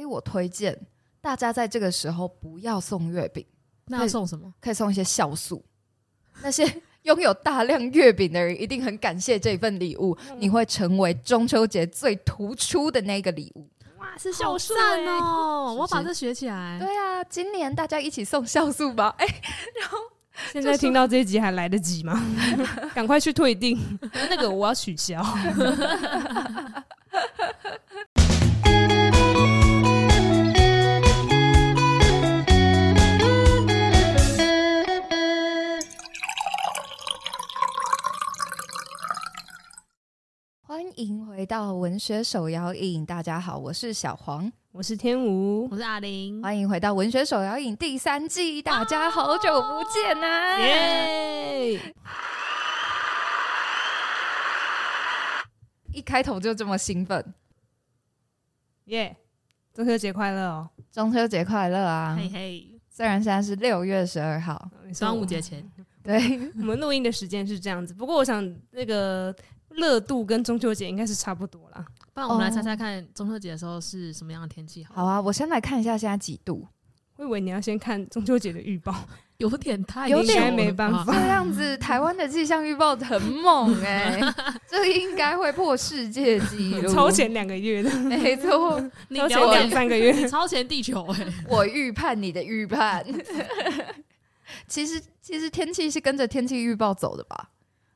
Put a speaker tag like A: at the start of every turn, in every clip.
A: 我推荐大家在这个时候不要送月饼，
B: 那要送什么？
A: 可以送一些酵素。那些拥有大量月饼的人一定很感谢这份礼物，你会成为中秋节最突出的那个礼物。
C: 哇，是酵素
B: 赞哦！
A: 是
B: 我把这学起来。
A: 对啊，今年大家一起送酵素吧。然后
C: 现在听到这一集还来得及吗？赶快去退订，那个我要取消。
A: 欢迎回到文学手摇饮，大家好，我是小黄，
C: 我是天吴，
B: 我是阿玲，
A: 欢迎回到文学手摇饮第3季，大家好久不见啊！
C: 耶！
A: 一开头就这么兴奋，
C: 耶！中秋节快乐哦！
A: 中秋节快乐啊！
B: 嘿嘿，
A: 虽然现在是6月12号，
B: 端午节前，
A: 对，
C: 我们录音的时间是这样子，不过我想那个热度跟中秋节应该是差不多啦。
B: 不然我们来猜猜看，中秋节的时候是什么样的天气？
A: 好啊，我先来看一下现在几度。
C: 我以为你要先看中秋节的预报，
B: 有点太
A: 有点
B: 久了
C: 没办法
A: 这样子，台湾的气象预报很猛这应该会破世界纪录，
C: 超前2个月的，
A: 没错，
B: 你
C: 超前
B: 了解
C: 2-3个月。
B: 你超前地球
A: 我预判你的预判。其实天气是跟着天气预报走的吧？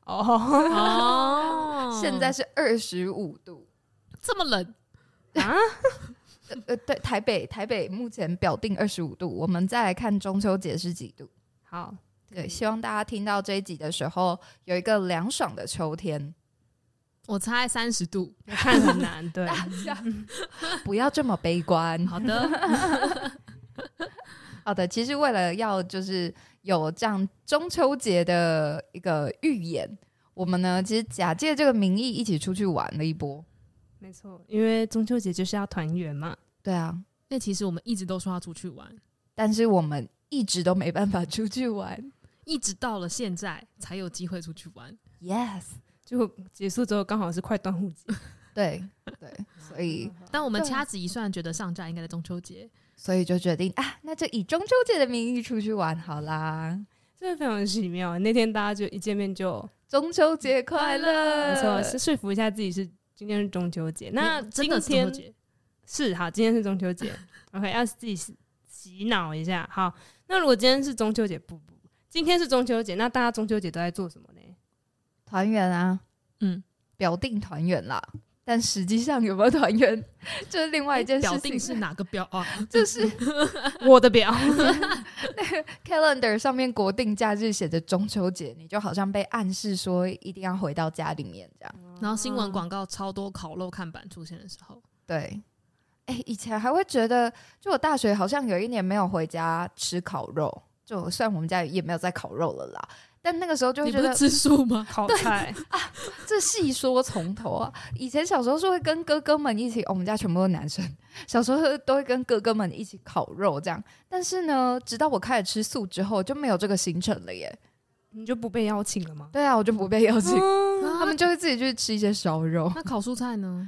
C: 哦，
A: 现在是25度，
B: 这么冷
C: 啊？
A: 对，台北目前表定25度，我们再来看中秋节是几度。
C: 好，
A: 对，希望大家听到这一集的时候有一个凉爽的秋天。
B: 我猜30度，
C: 看很难，对，
A: 大家不要这么悲观。
B: 好的，
A: 好的，其实为了要就是有这样中秋节的一个预演，我们呢其实假借这个名义一起出去玩了一波。
C: 没错，因为中秋节就是要团圆嘛。
A: 对啊，
B: 因为其实我们一直都说要出去玩，
A: 但是我们一直都没办法出去玩。
B: 一直到了现在才有机会出去玩。
A: Yes，
C: 就结束之后刚好是快端午节，
A: 对，所以
B: 但我们掐指一算，觉得上架应该在中秋节。
A: 就决定啊，那就以中秋节的名义出去玩好啦。
C: 真的非常奇妙。那天大家就一见面就
A: 中秋节快乐，
C: 没错，是说服一下自己是今天是中秋节。那
B: 真的是中秋节
C: 是好，今天是中秋节。OK， 要自己洗脑一下。好，那如果今天是中秋节，不，今天是中秋节，那大家中秋节都在做什么呢？
A: 团圆啊，表定团圆啦。但实际上有没有团圆，就是另外一件事情。
B: 表定是哪个表啊？
A: 就是
C: 我的表
A: 那个 calendar 上面国定假日写着中秋节，你就好像被暗示说一定要回到家里面这样。
B: 然后新闻广告超多烤肉看板出现的时候，
A: 对，以前还会觉得，就我大学好像有1年没有回家吃烤肉，就虽然我们家也没有在烤肉了啦。但那个时候就会觉得
B: 你不是吃素吗？
C: 烤菜
A: 啊，这细说从头啊！以前小时候是会跟哥哥们一起，我们家全部都是男生，小时候都会跟哥哥们一起烤肉这样。但是呢，直到我开始吃素之后，就没有这个行程了耶。
C: 你就不被邀请了吗？
A: 对啊，我就不被邀请，他们
B: 就
A: 就会自己去吃一些烧肉。
B: 那烤蔬菜呢？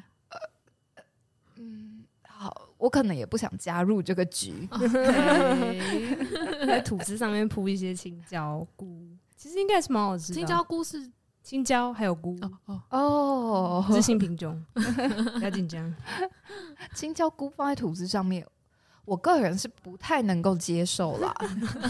A: 好，我可能也不想加入这个局。
C: 在吐司上面铺一些青椒菇，其实应该是蛮好吃的。
B: 青椒菇是
C: 青椒还有菇是新品种，不要紧张。
A: 青椒菇放在吐司上面，我个人是不太能够接受啦。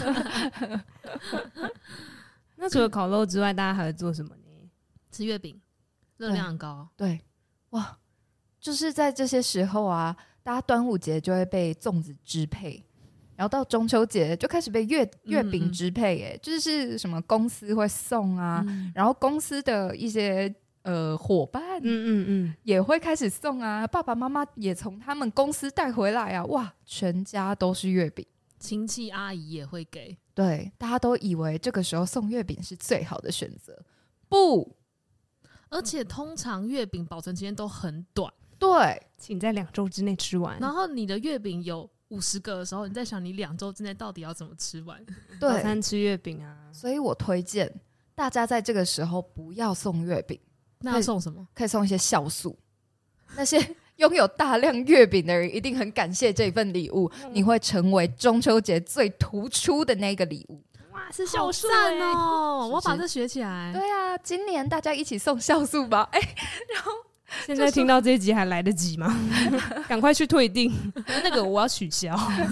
C: 那除了烤肉之外，大家还会做什么呢？
B: 吃月饼，热量很高。
A: 对，哇，就是在这些时候啊，大家端午节就会被粽子支配，然后到中秋节就开始被月饼支配耶，就是什么公司会送啊，然后公司的一些伙伴也会开始送啊，爸爸妈妈也从他们公司带回来啊，哇，全家都是月饼。
B: 亲戚阿姨也会给，
A: 对，大家都以为这个时候送月饼是最好的选择，不，
B: 而且通常月饼保存期间都很短，
A: 对，
C: 请在2周之内吃完。
B: 然后你的月饼有50个的时候，你在想你2周之内到底要怎么吃完？
A: 对，
C: 早餐吃月饼啊，
A: 所以我推荐大家在这个时候不要送月饼，
B: 那要送什么？
A: 可以送一些酵素。那些拥有大量月饼的人一定很感谢这份礼物，你会成为中秋节最突出的那个礼物。
C: 哇，是
B: 好
C: 酵素
B: 赞哦！
A: 是
B: 我要把这学起来。
A: 对啊，今年大家一起送酵素吧。
C: 现在听到这一集还来得及吗？赶快去退订，那个我要取消。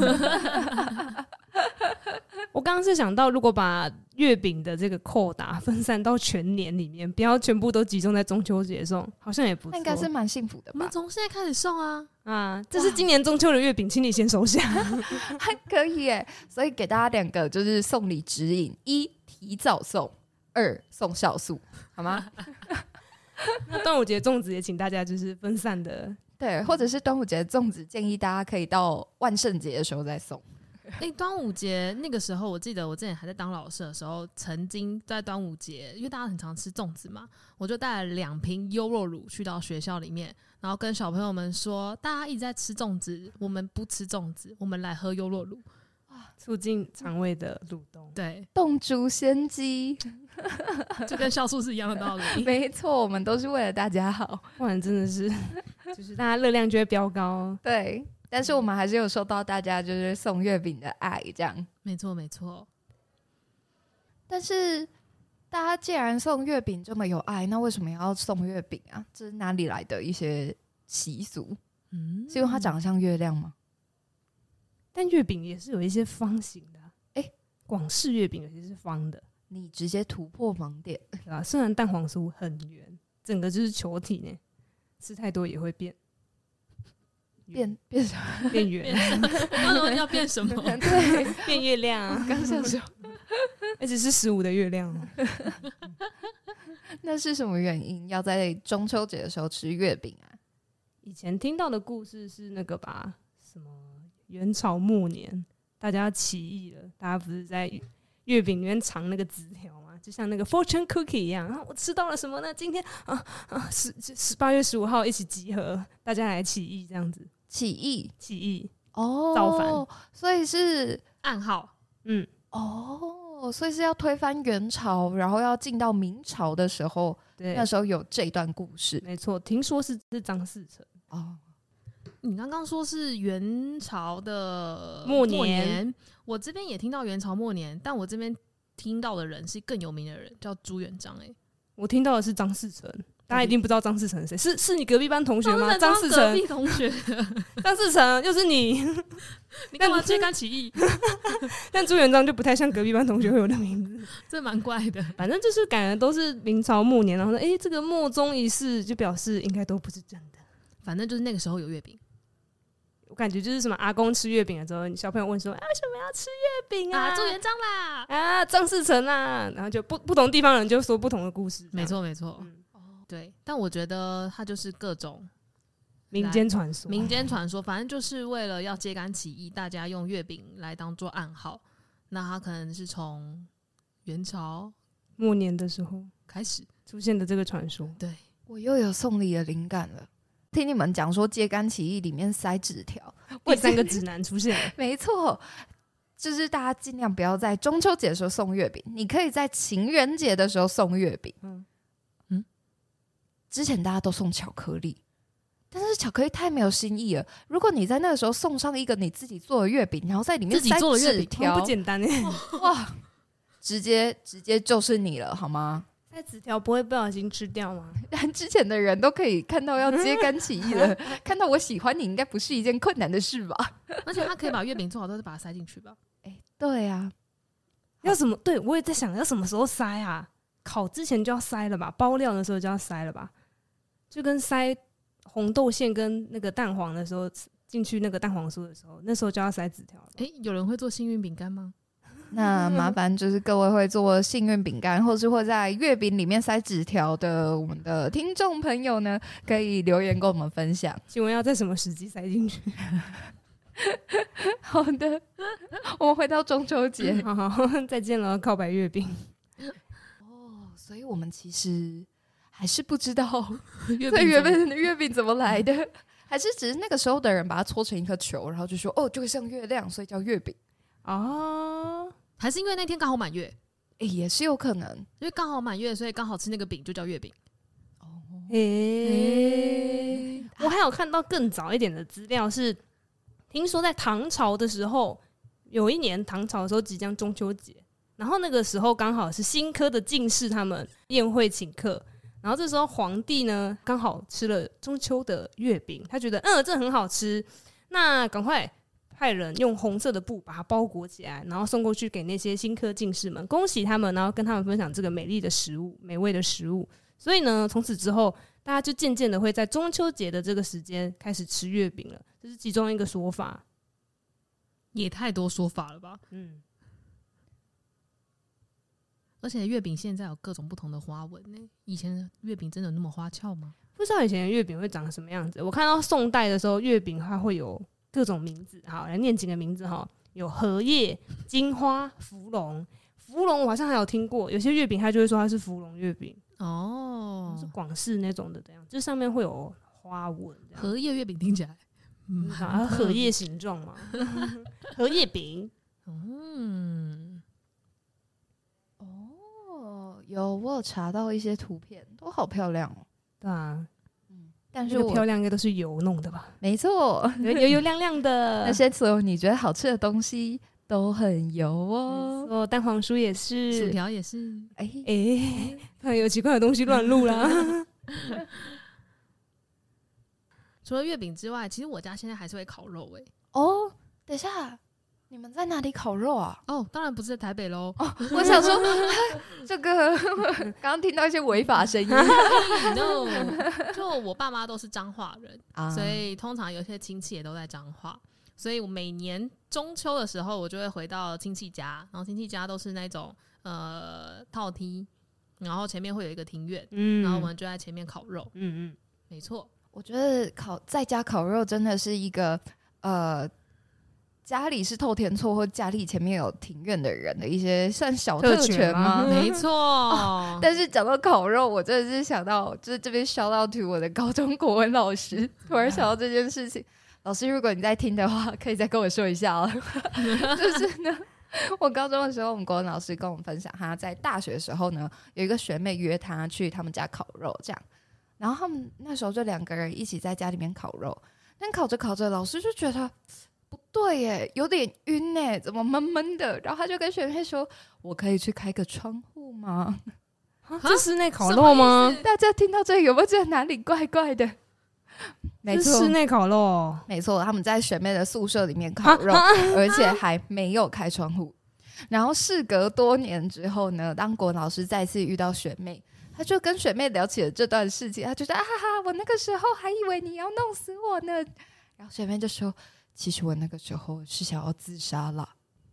C: 我刚刚是想到，如果把月饼的这个扣打分散到全年里面，不要全部都集中在中秋节送，好像也不错。
A: 那应该是蛮幸福的吧
B: 我们？从现在开始送啊！
C: 啊，这是今年中秋的月饼，请你先收下。
A: 还可以耶，所以给大家2个就是送礼指引：一提早送，2送酵素，好吗？
C: 那端午节粽子也请大家就是分散的，
A: 对，或者是端午节粽子，建议大家可以到万圣节的时候再送。
B: 端午节那个时候，我记得我之前还在当老师的时候，曾经在端午节，因为大家很常吃粽子嘛，我就带了2瓶优酪乳去到学校里面，然后跟小朋友们说，大家一直在吃粽子，我们不吃粽子，我们来喝优酪乳，
C: 促进肠胃的蠕动。
B: 对，
A: 冻竹鲜鸡，
B: 就跟酵素是一样的道理。
A: 没错，我们都是为了大家好。
C: 不然真的是，就是大家热量就会飙高。
A: 对，但是我们还是有收到大家就是送月饼的爱，这样。
B: 没错，没错。
A: 但是大家既然送月饼这么有爱，那为什么要送月饼啊？这是哪里来的一些习俗？是因为它长得像月亮吗？
C: 但月饼也是有一些方形的、
A: 欸
C: 广式月饼有些是方的，
A: 你直接突破盲点。
C: 对吧？虽然蛋黄酥很圆，整个就是球体呢，吃太多也会变
A: 变什么？
C: 变圆，
B: 要变什么？
A: 对，
C: 变月亮啊！
A: 刚想说
C: 而且是15的月亮哦。
A: 那是什么原因要在中秋节的时候吃月饼啊？
C: 以前听到的故事是那个吧，什么元朝末年大家起义了，大家不是在月饼里面藏那个纸条吗？就像那个 fortune cookie 一样。然后我吃到了什么呢？今天8月15号一起集合，大家来起义，这样子。
A: 起义哦，
C: 造反，
A: 所以是
B: 暗号。
A: 所以是要推翻元朝，然后要进到明朝的时候，
C: 对，
A: 那时候有这段故事
C: 没错，听说是张士诚。
A: 哦。
B: 你刚刚说是元朝的
C: 末
B: 年，我这边也听到元朝末年，但我这边听到的人是更有名的人，叫朱元璋。
C: 我听到的是张士诚，大家一定不知道张士诚是谁，是你隔壁班同学吗？张士
B: 隔
C: 诚，
B: 壁同学，
C: 张士诚又是你，
B: 你干嘛揭竿起义？
C: 但朱元璋就不太像隔壁班同学会有的名字，
B: 这蛮怪的。
C: 反正就是感觉都是明朝末年，然后说这个莫衷一是，就表示应该都不是真的。
B: 反正就是那个时候有月饼。
C: 我感觉就是什么阿公吃月饼的时候，你小朋友问说为什么要吃月饼啊？
B: 朱元璋啦，
C: 啊，张士诚啦，然后就不同地方人就说不同的故事。
B: 没错没错，对。但我觉得它就是各种
C: 民间传说，
B: 民间传说，反正就是为了要揭竿起义，大家用月饼来当做暗号。那它可能是从元朝
C: 末年的时候
B: 开始
C: 出现的这个传说。
B: 对，
A: 我又有送礼的灵感了。听你们讲说揭竿起义里面塞纸条，
C: 第3个指南出现了。
A: 没错，就是大家尽量不要在中秋节的时候送月饼，你可以在情人节的时候送月饼。之前大家都送巧克力，但是巧克力太没有新意了。如果你在那个时候送上一个你自己做的月饼，然后在里面塞纸条，
C: 不简单
A: 哇，直接就是你了，好吗？
C: 塞纸条不会不小心吃掉吗？
A: 之前的人都可以看到要揭竿起义了，看到我喜欢你，应该不是一件困难的事吧？
B: 而且他可以把月饼做好，都是把它塞进去吧？
A: 对啊，
C: 要什么？对，我也在想要什么时候塞啊？烤之前就要塞了吧？包料的时候就要塞了吧？就跟塞红豆馅跟那个蛋黄的时候进去那个蛋黄酥的时候，那时候就要塞纸条了。
B: 有人会做幸运饼干吗？
A: 那麻烦就是各位会做幸运饼干，或是会在月饼里面塞纸条的我们的听众朋友呢，可以留言跟我们分享。
C: 请问要在什么时机塞进去？
A: 好的，我们回到中秋节。
C: 好，再见了，靠白月饼。
A: 所以我们其实还是不知道
B: 月
A: 最原本的月饼怎么来的，还是只是那个时候的人把它搓成一颗球，然后就说就会像月亮，所以叫月饼。
B: 还是因为那天刚好满月？
A: 也是有可能，
B: 因为刚好满月，所以刚好吃那个饼就叫月饼。
C: 我还有看到更早一点的资料是，听说在唐朝的时候，有一年唐朝的时候即将中秋节，然后那个时候刚好是新科的进士他们宴会请客，然后这时候皇帝呢刚好吃了中秋的月饼，他觉得这很好吃，那赶快派人用红色的布把它包裹起来，然后送过去给那些新科进士们，恭喜他们，然后跟他们分享这个美丽的食物、美味的食物。所以呢，从此之后，大家就渐渐的会在中秋节的这个时间开始吃月饼了，这是其中一个说法。
B: 也太多说法了吧？而且月饼现在有各种不同的花纹呢。以前的月饼真的有那么花俏吗？
C: 不知道以前的月饼会长什么样子。我看到宋代的时候，月饼它会有各种名字，好，来念几个名字哈，有荷叶、金花、芙蓉。芙蓉我好像还有听过，有些月饼它就会说它是芙蓉月饼哦，是广式那种的这样，就上面会有花纹。
B: 荷叶月饼听起来，
C: 荷叶形状嘛，荷叶饼。
A: 我有查到一些图片，都好漂亮哦。
C: 对啊，
A: 但是
C: 这个漂亮应该都是油弄的吧？
A: 没错，
C: 油亮亮的。
A: 那些所有你觉得好吃的东西都很油哦。
C: 蛋黄酥也是，
B: 薯条也是。
C: 突然有奇怪的东西乱入啦。
B: 除了月饼之外，其实我家现在还是会烤肉
A: 等一下，你们在哪里烤肉啊？
B: 当然不是在台北喽。
A: 我想说，这个刚刚听到一些违法声音。
B: No， 就我爸妈都是彰化人，所以通常有些亲戚也都在彰化，所以我每年中秋的时候，我就会回到亲戚家，然后亲戚家都是那种套梯，然后前面会有一个庭院，然后我们就在前面烤肉。没错。
A: 我觉得在家烤肉真的是一个家里是透天厝或家里前面有庭院的人的一些算小特权吗？
B: 没错。
A: 但是讲到烤肉，我真的是想到，就是这边shout out to我的高中国文老师，突然想到这件事情。老师，如果你在听的话，可以再跟我说一下哦。就是呢，我高中的时候，我们国文老师跟我们分享，他在大学的时候呢，有一个学妹约他去他们家烤肉，这样。然后他们那时候就2个人一起在家里面烤肉，但烤着烤着，老师就觉得不对耶，有点晕耶，怎么闷闷的？然后他就跟学妹说：“我可以去开个窗户吗？”
C: 这室内烤肉吗？
A: 大家听到这里有没有觉得哪里怪怪的？没错，
C: 室内烤肉，
A: 没错，他们在学妹的宿舍里面烤肉，而且还没有开窗户。然后事隔多年之后呢，当国文老师再次遇到学妹，他就跟学妹聊起了这段事情，他就说：“哈哈，我那个时候还以为你要弄死我呢。”然后学妹就说：“其实我那个时候是想要自杀了。”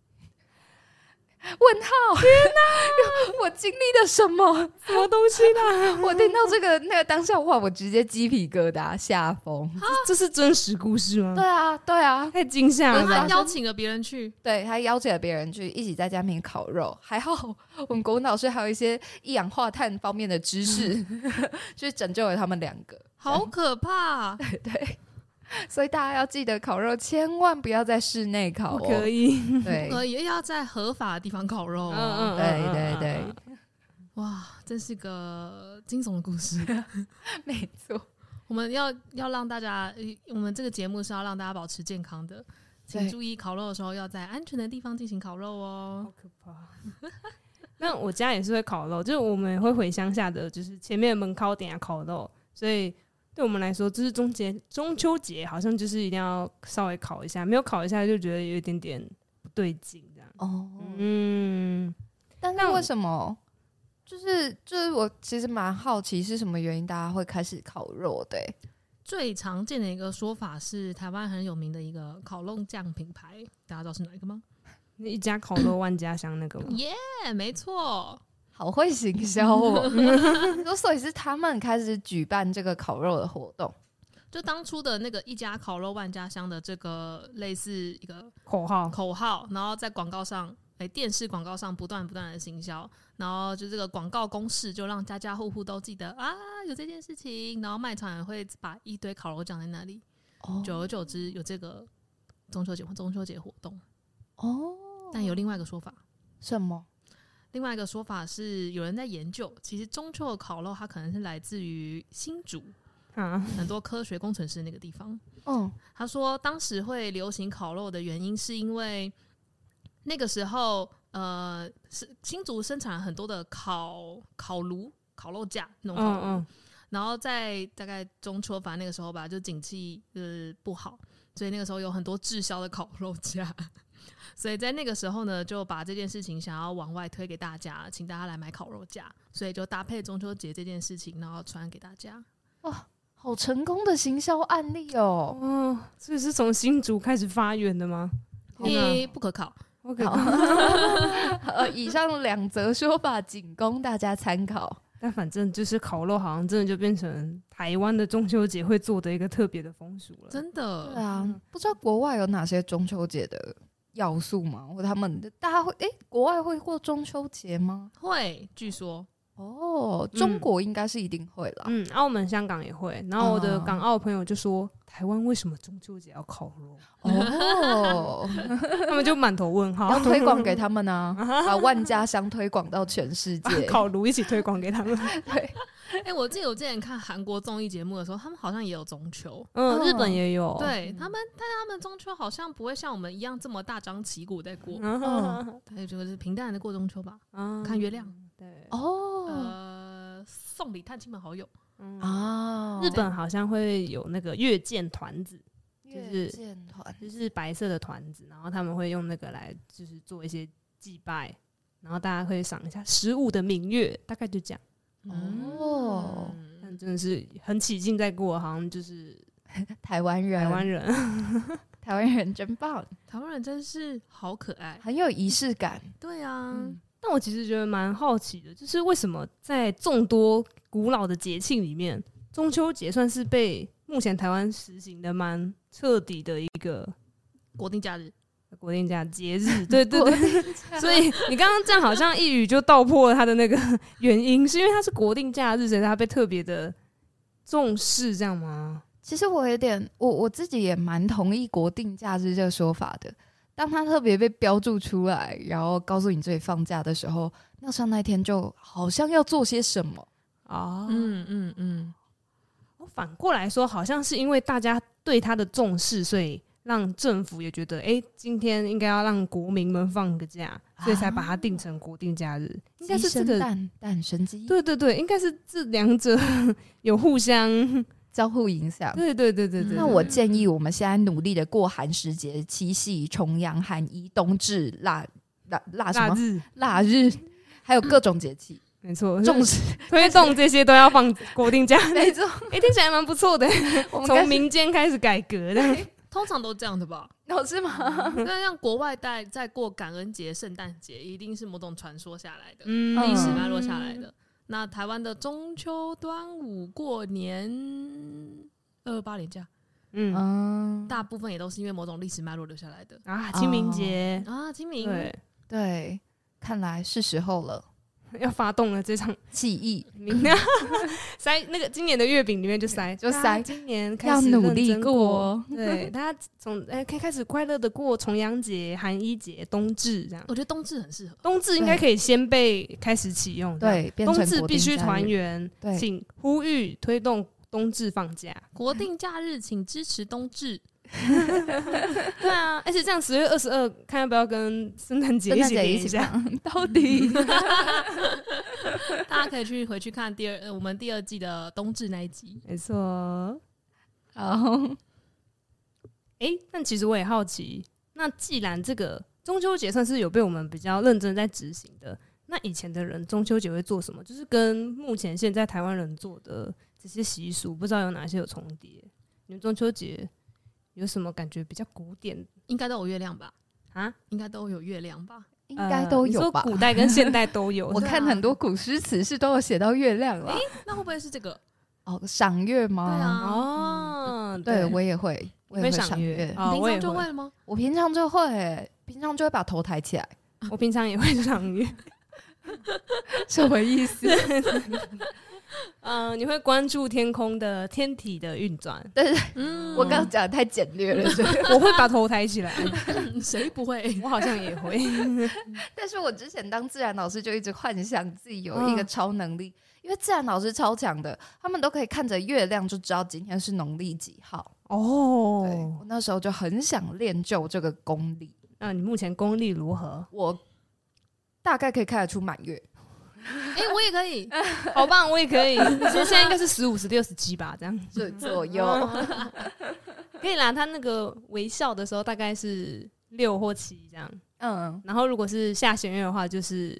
A: 问号！天哪！我经历了什么
C: 东西啦？
A: 我听到那个当下话，我直接鸡皮疙瘩，吓疯。
C: 这是真实故事吗？
A: 对啊，
C: 太惊吓了吧！
B: 他邀请了别人去，
A: 对，他邀请了别人去一起在家里面烤肉。还好我们国文老师还有一些一氧化碳方面的知识，去拯救了他们2个。
B: 好可怕！
A: 对。所以大家要记得，烤肉千万不要在室内烤
C: 不可以，
A: 对，
B: 不可以，要在合法的地方烤肉。
A: 对，
B: 哇，真是个惊悚的故事。
A: 没错，
B: 我们要让大家，我们这个节目是要让大家保持健康的，请注意烤肉的时候要在安全的地方进行烤肉哦。
C: 好可怕！那我家也是会烤肉，就是我们也会回乡下的，就是前面的门口点下烤肉，所以。对我们来说，就是中秋节好像就是一定要稍微烤一下，没有烤一下就觉得有一点点不对劲这样。
A: 但是为什么？就是我其实蛮好奇是什么原因大家会开始烤肉的
B: 最常见的一个说法是台湾很有名的一个烤肉酱品牌，大家知道是哪一个吗？
C: 那一家烤肉万家香那个吗？
B: 没错。
A: 好会行销哦！所以是他们开始举办这个烤肉的活动，
B: 就当初的那个一家烤肉万家香的这个类似一个
C: 口号，
B: 然后在广告上，电视广告上不断的行销，然后就这个广告公式就让家家户户都记得啊有这件事情，然后卖场也会把一堆烤肉酱在那里，久而久之有这个中秋节活动但有另外一个说法，
A: 什么？
B: 另外一个说法是，有人在研究，其实中秋的烤肉它可能是来自于新竹， 很多科学工程师那个地方。
A: 嗯，
B: 他说当时会流行烤肉的原因是因为那个时候新竹生产了很多的烤炉、烤肉架那种烤炉，然后在大概中秋反正那个时候吧，就景气不好，所以那个时候有很多滞销的烤肉架。所以在那个时候呢，就把这件事情想要往外推给大家，请大家来买烤肉架，所以就搭配中秋节这件事情，然后传给大家。
A: 哇，好成功的行销案例哦！
C: 所以是从新竹开始发源的吗？
B: 不可靠。
A: 以上2则说法仅供大家参考。
C: 但反正就是烤肉，好像真的就变成台湾的中秋节会做的一个特别的风俗了。
B: 真的，
A: 对啊，不知道国外有哪些中秋节的要素吗？或他们大家会国外会过中秋节吗？
B: 会，据说
A: 中国应该是一定会啦。
C: 澳门、香港也会。然后我的港澳朋友就说，台湾为什么中秋节要烤肉？他们就满头问号。
A: 要推广给他们啊，把万家香推广到全世界，
C: 烤炉一起推广给他们。
B: 对，我记得我之前看韩国综艺节目的时候，他们好像也有中秋，
C: 日本也有。
B: 对他们，但是他们中秋好像不会像我们一样这么大张旗鼓在过，对，就是平淡的过中秋吧，看月亮。
C: 对，
B: 送礼探亲朋好友。
C: 日本好像会有那个月见团子，就是白色的团子，然后他们会用那个来就是做一些祭拜，然后大家会赏一下食物的明月，大概就这样。但真的是很起劲在过，好像就是
A: 台湾人台湾人真棒，
B: 台湾人真是好可爱，
A: 很有仪式感。
B: 对啊，
C: 但我其实觉得蛮好奇的，就是为什么在众多古老的节庆里面，中秋节算是被目前台湾实行的蛮彻底的一个
B: 国定假日
C: 节日。对对对，所以你刚刚这样好像一语就道破了它的那个原因，是因为它是国定假日，所以它被特别的重视，这样吗？
A: 其实我有点，我自己也蛮同意国定假日这个说法的。当它特别被标注出来，然后告诉你这里放假的时候，那上那天就好像要做些什么
C: 啊。我反过来说，好像是因为大家对它的重视，所以让政府也觉得，今天应该要让国民们放个假，所以才把它定成国定假日。应该是这个
A: 诞生鸡，
C: 对对对，应该是这两者有互相
A: 交互影响。
C: 对对对对对。
A: 那我建议我们现在努力的过寒食节、七夕、重阳、寒衣、冬至、腊日，还有各种节气。
C: 没错，
A: 重视
C: 推动这些都要放国定假日。
A: 没错，
C: 听起来蛮不错的。从民间开始改革的，
B: 通常都这样的吧？
A: 是吗？
B: 那像国外在过感恩节、圣诞节，一定是某种传说下来的，历史脉络下来的。那台湾的中秋、端午、过年、228连假，大部分也都是因为某种历史脉络留下来的
C: 啊。清明节
B: 清明，
A: 对，看来是时候了。
C: 要发动了这场
A: 起义，
C: 塞那个今年的月饼里面就塞，今年开始
A: 要努力过。
C: 对，大家从可以开始快乐的过重阳节、寒衣节、冬至这样。
B: 我觉得冬至很适合，
C: 冬至应该可以先被开始启用。
A: 对，
C: 冬至必须团圆，请呼吁推动冬至放假。
B: 国定假日，请支持冬至。
C: 对啊，而且这样10月22看要不要跟圣诞节一起连一下？
A: 到底
B: 大家可以回去看我们第2季的冬至那一集。
C: 没错。好，但其实我也好奇，那既然这个中秋节算是有被我们比较认真在执行的，那以前的人中秋节会做什么？就是跟目前现在台湾人做的这些习俗，不知道有哪些有重叠？你们中秋节有什么感觉比较古典？
B: 应该都有月亮吧？应该都有月亮吧？
A: 应该都有吧？
C: 你说古代跟现代都有。
A: 我看很多古诗词是都有写到月亮了。
B: 那会不会是这个？
A: 赏月
B: 吗？
A: 对啊。对，我也会赏月。
B: 你平常就会了吗？
A: 我平常就会，把头抬起来。
C: 我平常也会赏月。
A: 什么意思？
C: 你会关注天空的天体的运转。
A: 对，我刚刚讲的太简略了。
C: 我会把头抬起来。
B: 谁不会？
C: 我好像也会。
A: 但是我之前当自然老师就一直幻想自己有一个超能力， 因为自然老师超强的，他们都可以看着月亮就知道今天是农历几号。对，
C: 哦，
A: 我那时候就很想练就这个功力。
C: 那你目前功力如何？
A: 我大概可以看得出满月。
B: 我也可以，
C: 好棒，我也可以。其实现在应该是15、16、17吧，这样
A: 这左右
C: 可以啦。他那个微笑的时候大概是6或7这样，然后如果是下弦月的话，就是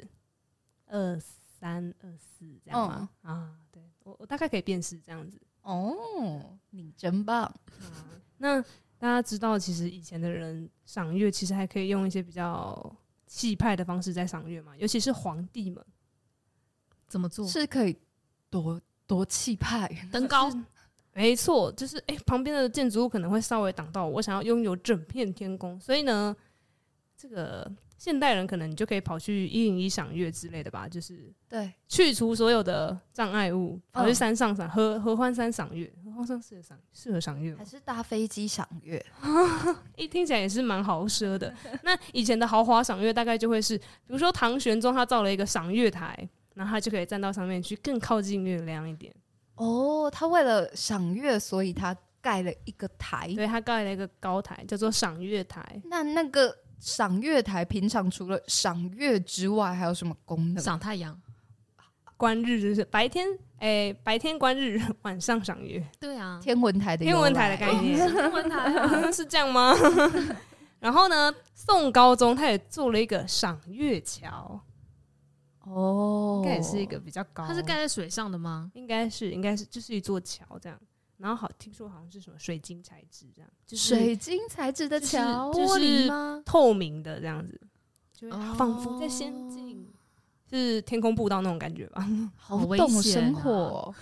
C: 23、24这样嘛。对，我大概可以辨识这样子。
A: 哦，你真棒。
C: 那大家知道，其实以前的人赏月其实还可以用一些比较气派的方式在赏月嘛，尤其是皇帝们。
B: 怎么做？
A: 是可以多气派，
B: 登高。
C: 没错，就是旁边的建筑物可能会稍微挡到我想要拥有整片天空，所以呢，这个现代人可能你就可以跑去101赏月之类的吧，就是
A: 对，
C: 去除所有的障碍物，跑去山上赏合欢山赏月。合欢山适合赏月吗？
A: 还是搭飞机赏月？
C: 听起来也是蛮豪奢的。那以前的豪华赏月大概就会是，比如说唐玄宗他造了一个赏月台，然后他就可以站到上面去，更靠近月亮一点。
A: 哦，他为了赏月，所以他盖了一个台。
C: 对，他盖了一个高台，叫做赏月台。
A: 那个赏月台平常除了赏月之外，还有什么功能？
B: 赏太阳。
C: 观日就是白天观日，晚上赏月。
B: 对啊，
A: 天文台的
C: 概念。
B: 天文台
C: 是这样吗？然后呢，宋高宗他也做了一个赏月桥。应该也是一个比较高。
B: 它是盖在水上的吗？
C: 应该是，就是一座桥这样。然后听说好像是什么水晶材质这样，就是
A: 水晶材质的桥，
C: 就是
B: 玻璃吗？
C: 透明的这样子，就仿佛在仙境，是天空步道那种感觉吧？
A: 好懂生活，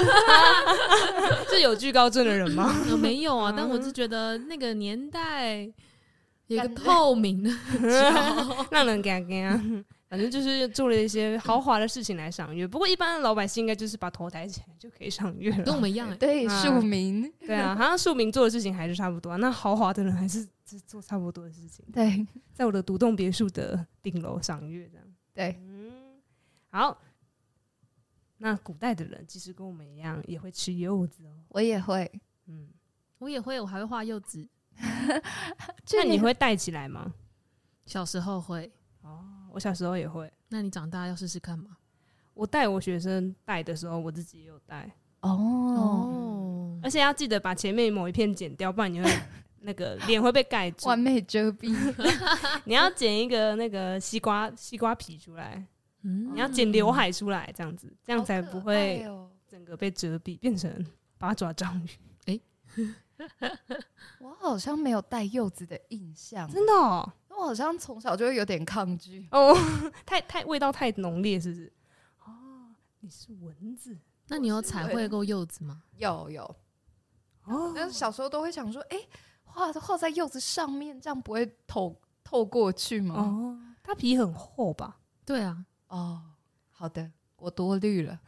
C: 是有惧高症的人吗？
B: 没有啊，但我是觉得那个年代有一个透明的桥，
C: 让人嘎嘎。反正就是做了一些豪华的事情来赏月，不过一般的老百姓应该就是把头抬起来就可以赏月了，
B: 跟我们一样。
A: 对，庶民，
C: 对啊，好像庶民做的事情还是差不多，那豪华的人还是做差不多的事情。
A: 对，
C: 在我的独栋别墅的顶楼赏月这样。
A: 对，
C: 好。那古代的人其实跟我们一样也会吃柚子哦。
A: 我也会，
B: 我也会，我还会画柚子。
C: 那你会戴起来吗？
B: 小时候会。
C: 我小时候也会。
B: 那你长大要试试看吗？
C: 我带我学生戴的时候，我自己也有戴。
A: 哦，
C: 而且要记得把前面某一片剪掉，不然你会那个脸会被盖住，
A: 完美遮蔽。
C: 你要剪一个那个西瓜皮出来，你要剪刘海出来，这样子，这样才不会整个被遮蔽，变成八爪章鱼。
A: 我好像没有带柚子的印象，
C: 真的哦。
A: 我好像从小就会有点抗拒
C: 哦，太味道太浓烈，是不是？哦，你是蚊子，
B: 那你有彩绘过柚子吗？
A: 有哦，但是小时候都会想说，画在柚子上面，这样不会透过去吗？
C: 哦，它皮很厚吧？
B: 对啊。
A: 哦，好的，我多虑了。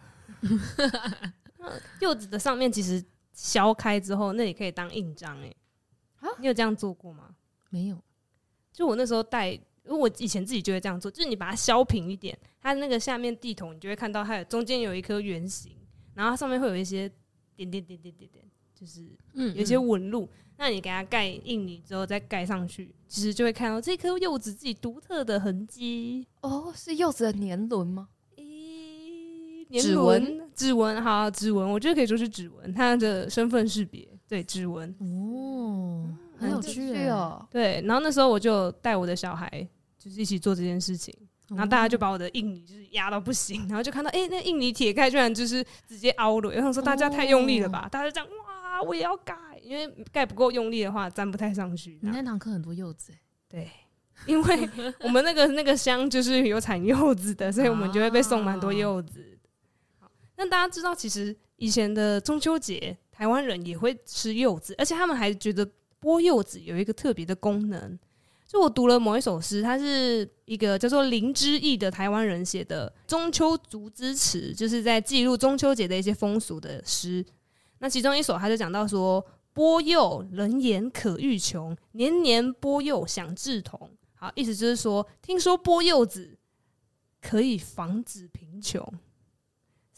C: 柚子的上面其实削开之后，那也可以当印章你有这样做过吗？
B: 没有。
C: 就我那时候戴，因为我以前自己就会这样做，就是你把它削平一点，它那个下面地头你就会看到它中间有一颗圆形，然后它上面会有一些点，就是有一些纹路。那你给它盖印泥之后再盖上去，其实就会看到这颗柚子自己独特的痕迹。
A: 哦，是柚子的年轮吗？
C: 指纹，好，指纹，我觉得可以说是指纹，它的身份识别，对，指纹。
B: 哦，很有趣
A: 哦。
C: 对，然后那时候我就带我的小孩，就是一起做这件事情，然后大家就把我的印泥就是压到不行，然后就看到那印泥铁盖居然就是直接凹了，然后说大家太用力了吧，大家就这样哇，我也要盖，因为盖不够用力的话粘不太上去。
B: 你那堂课很多柚子
C: 对，因为我们那个乡就是有产柚子的，所以我们就会被送蛮多柚子。但大家知道，其实以前的中秋节，台湾人也会吃柚子，而且他们还觉得剥柚子有一个特别的功能。就我读了某一首诗，它是一个叫做林之义的台湾人写的中秋竹枝词，就是在记录中秋节的一些风俗的诗。那其中一首他就讲到说，剥柚人言可欲穷，年年剥柚享志同。好，意思就是说，听说剥柚子可以防止贫穷。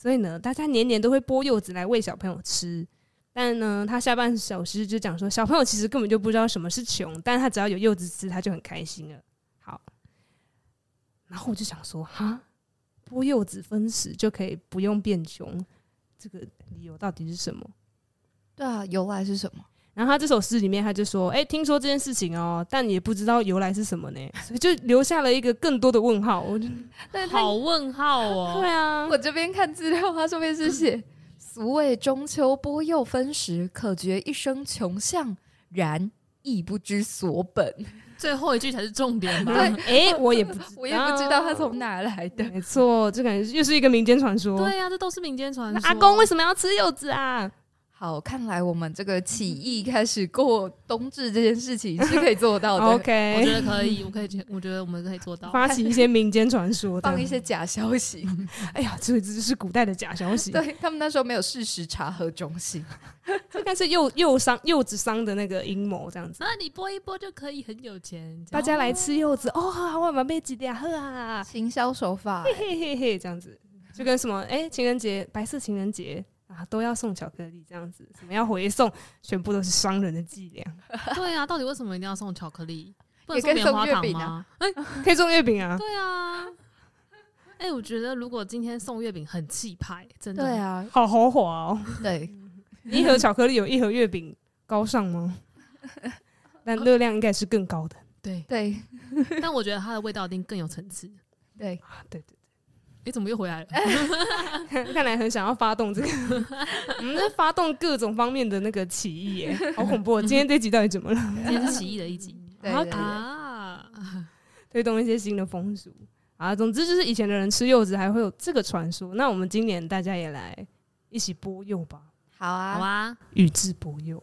C: 所以呢，大家年年都会剥柚子来喂小朋友吃。但呢，他下半小诗就讲说，小朋友其实根本就不知道什么是穷，但他只要有柚子吃，他就很开心了。好，然后我就想说，哈，剥柚子分食就可以不用变穷，这个理由到底是什么？
A: 对啊，由来是什么？
C: 然后他这首诗里面他就说，听说这件事情哦，但也不知道由来是什么呢，所以就留下了一个更多的问号。我就
B: 好问号哦。
C: 对啊，
A: 我这边看资料，它上面是写俗谓中秋剥柚分食，可觉一生穷相，然亦不知所本。
B: 最后一句才是重点吧？
C: 我也不知道，
A: 我也不知道它从哪来的。
C: 没错，这感觉又是一个民间传说。
B: 对啊，这都是民间传说。
C: 那阿公为什么要吃柚子啊？
A: 好，看来我们这个起义开始过冬至这件事情是可以做到的。
C: OK，
B: 我觉得可以，我觉得我们可以做到，
C: 发起一些民间传说，
A: 放一些假消息。
C: 哎呀，这是古代的假消息。
A: 对，他们那时候没有事实查核中心，
C: 这应该是柚子商的那个阴谋这样子。
B: 你剥一剥就可以很有钱，
C: 大家来吃柚子哦，我把被几点喝啊，
A: 行销手法，
C: 嘿嘿嘿嘿，这样子就跟什么情人节白色情人节啊都要送巧克力这样子，什么要回送，全部都是商人的伎俩。
B: 对啊，到底为什么一定要送巧克力？不能
A: 也可以
B: 送棉花
A: 送月饼
B: 糖吗？
C: 可以送月饼啊。
B: 对啊。我觉得如果今天送月饼很气派，真的。
A: 对啊，
C: 好豪华哦。
A: 对，
C: 一盒巧克力有一盒月饼高尚吗？但热量应该是更高的。
B: 对
A: 对
B: 但我觉得它的味道一定更有层次。
A: 对
C: 对对
B: 对，怎么又回来了？
C: 看来很想要发动这个，我们在发动各种方面的那个起义耶，好恐怖！今天这集到底怎么了？
B: 今天是起义的一集。
A: 对对对
B: 啊，
C: 推动一些新的风俗啊。总之就是以前的人吃柚子还会有这个传说，那我们今年大家也来一起剥柚吧。
A: 好啊，
B: 好啊，
C: 宇智剥柚。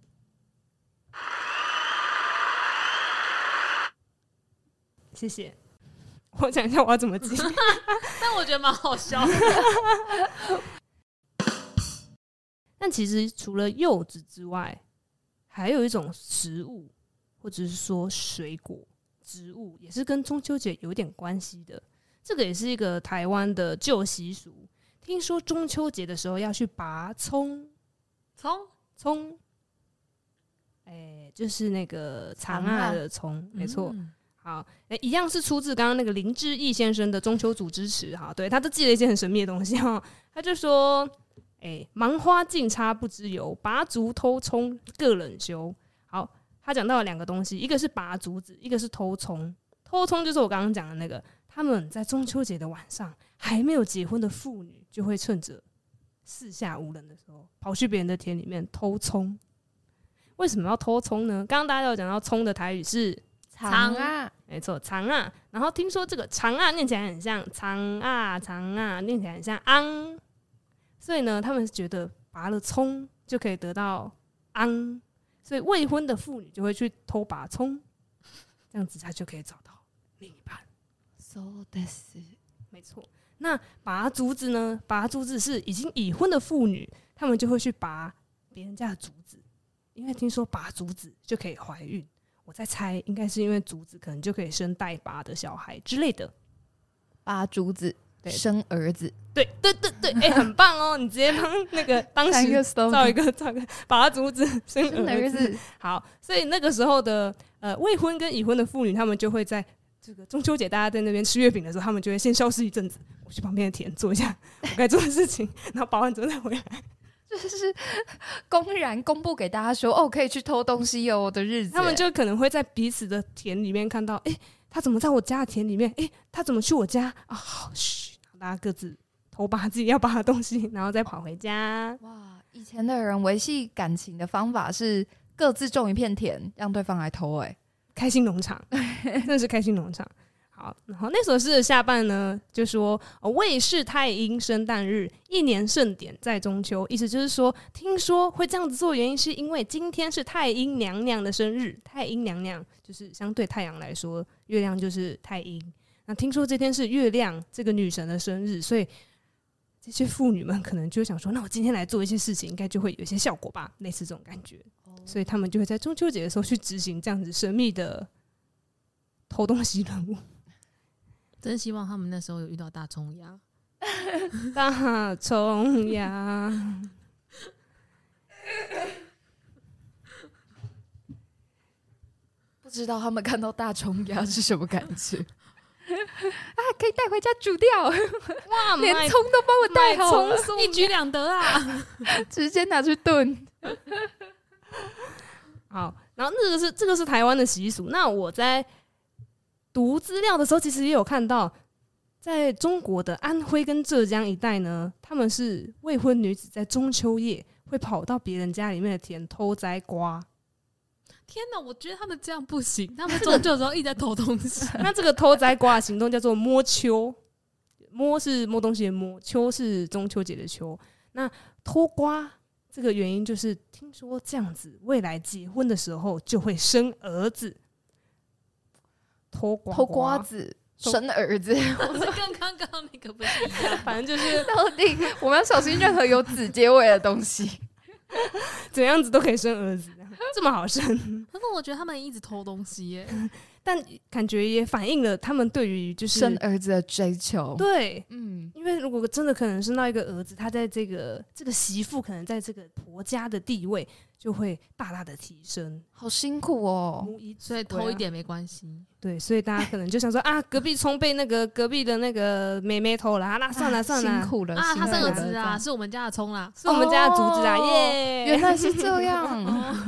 C: 谢谢。我想一下我要怎么接，
B: 但我觉得蛮好笑的。
C: 但其实除了柚子之外，还有一种食物或者是说水果植物，也是跟中秋节有点关系的。这个也是一个台湾的旧习俗。听说中秋节的时候要去拔葱，葱，就是那个长啊的葱，没错。好，一样是出自刚刚那个林志毅先生的中秋组织词哈，对，他都记了一些很神秘的东西哈。他就说，芒花尽插不知油，拔竹偷葱各冷修。好，他讲到了两个东西，一个是拔竹子，一个是偷葱。偷葱就是我刚刚讲的那个，他们在中秋节的晚上，还没有结婚的妇女就会趁着四下无人的时候，跑去别人的田里面偷葱。为什么要偷葱呢？刚刚大家有讲到葱的台语是
A: 长啊，
C: 没错，长啊。然后听说这个长啊念起来很像长啊，长啊念起来很像昂，所以呢，他们觉得拔了葱就可以得到昂，所以未婚的妇女就会去偷拔葱，这样子她就可以找到另一半。
A: そうです。
C: 没错。那拔竹子呢？拔竹子是已经已婚的妇女，她们就会去拔别人家的竹子，因为听说拔竹子就可以怀孕。我在猜，应该是因为竹子可能就可以生带拔的小孩之类的。
A: 拔竹子生儿子，
C: 对，很棒哦！你直接帮那个当时造一个拔竹子生儿子。好，所以那个时候的未婚跟已婚的妇女，他们就会在这个中秋节大家在那边吃月饼的时候，他们就会先消失一阵子，我去旁边的田做一下我该做的事情，然后拔完之后再回来。
A: 就是公然公布给大家说，可以去偷东西哦的日子，
C: 他们就可能会在彼此的田里面看到，他怎么在我家的田里面？他怎么去我家啊？嘘，大家各自偷拔自己要拔的东西，然后再跑回家。
A: 哇，以前的人维系感情的方法是各自种一片田，让对方来偷。
C: 开心农场，真的是开心农场。好，然后那首诗的下半呢，就说魏氏太阴生诞日，一年盛典在中秋。意思就是说，听说会这样子做，原因是因为今天是太阴娘娘的生日。太阴娘娘就是相对太阳来说，月亮就是太阴。那听说这天是月亮这个女神的生日，所以这些妇女们可能就想说，那我今天来做一些事情，应该就会有一些效果吧，类似这种感觉。所以他们就会在中秋节的时候去执行这样子神秘的偷东西任务。
B: 真希望他们那时候有遇到大葱芽，
C: 大葱芽。
A: 不知道他们看到大葱芽是什么感觉啊？可以带回家煮掉，
C: 哇，
A: 连葱都帮我带好了，
B: 一举两得啊！
A: 直接拿去炖。
C: 好，然后这个是台湾的习俗。那我在读资料的时候，其实也有看到，在中国的安徽跟浙江一带呢，他们是未婚女子在中秋夜会跑到别人家里面的田偷摘瓜。
B: 天哪，我觉得他们这样不行，他们中秋的时候一直在偷东西。
C: 那这个偷摘瓜的行动叫做摸秋，摸是摸东西的摸，秋是中秋节的秋。那偷瓜这个原因就是听说这样子未来结婚的时候就会生儿子。偷瓜
A: 子生儿子，
B: 这跟刚刚那个不是一样？
C: 反正就是
A: 到底我们要小心任何有子结尾的东西。
C: 怎样子都可以生儿子，这么好生。
B: 可是我觉得他们一直偷东西耶，
C: 但感觉也反映了他们对于就是
A: 生儿子的追求。
C: 对，
A: 嗯，
C: 因为如果真的可能生到一个儿子，他在这个媳妇可能在这个婆家的地位就会大大的提升，
A: 好辛苦哦。
B: 所以偷一点没关系。
C: 对，所以大家可能就想说啊，隔壁葱被那个隔壁的那个妹妹偷了啊，那算了算了，
A: 辛苦了
B: 啊，他生儿子啊，
C: 了
B: 是我们家的葱啦，
C: 是我们家的竹子啊，耶！
A: 原来是这样。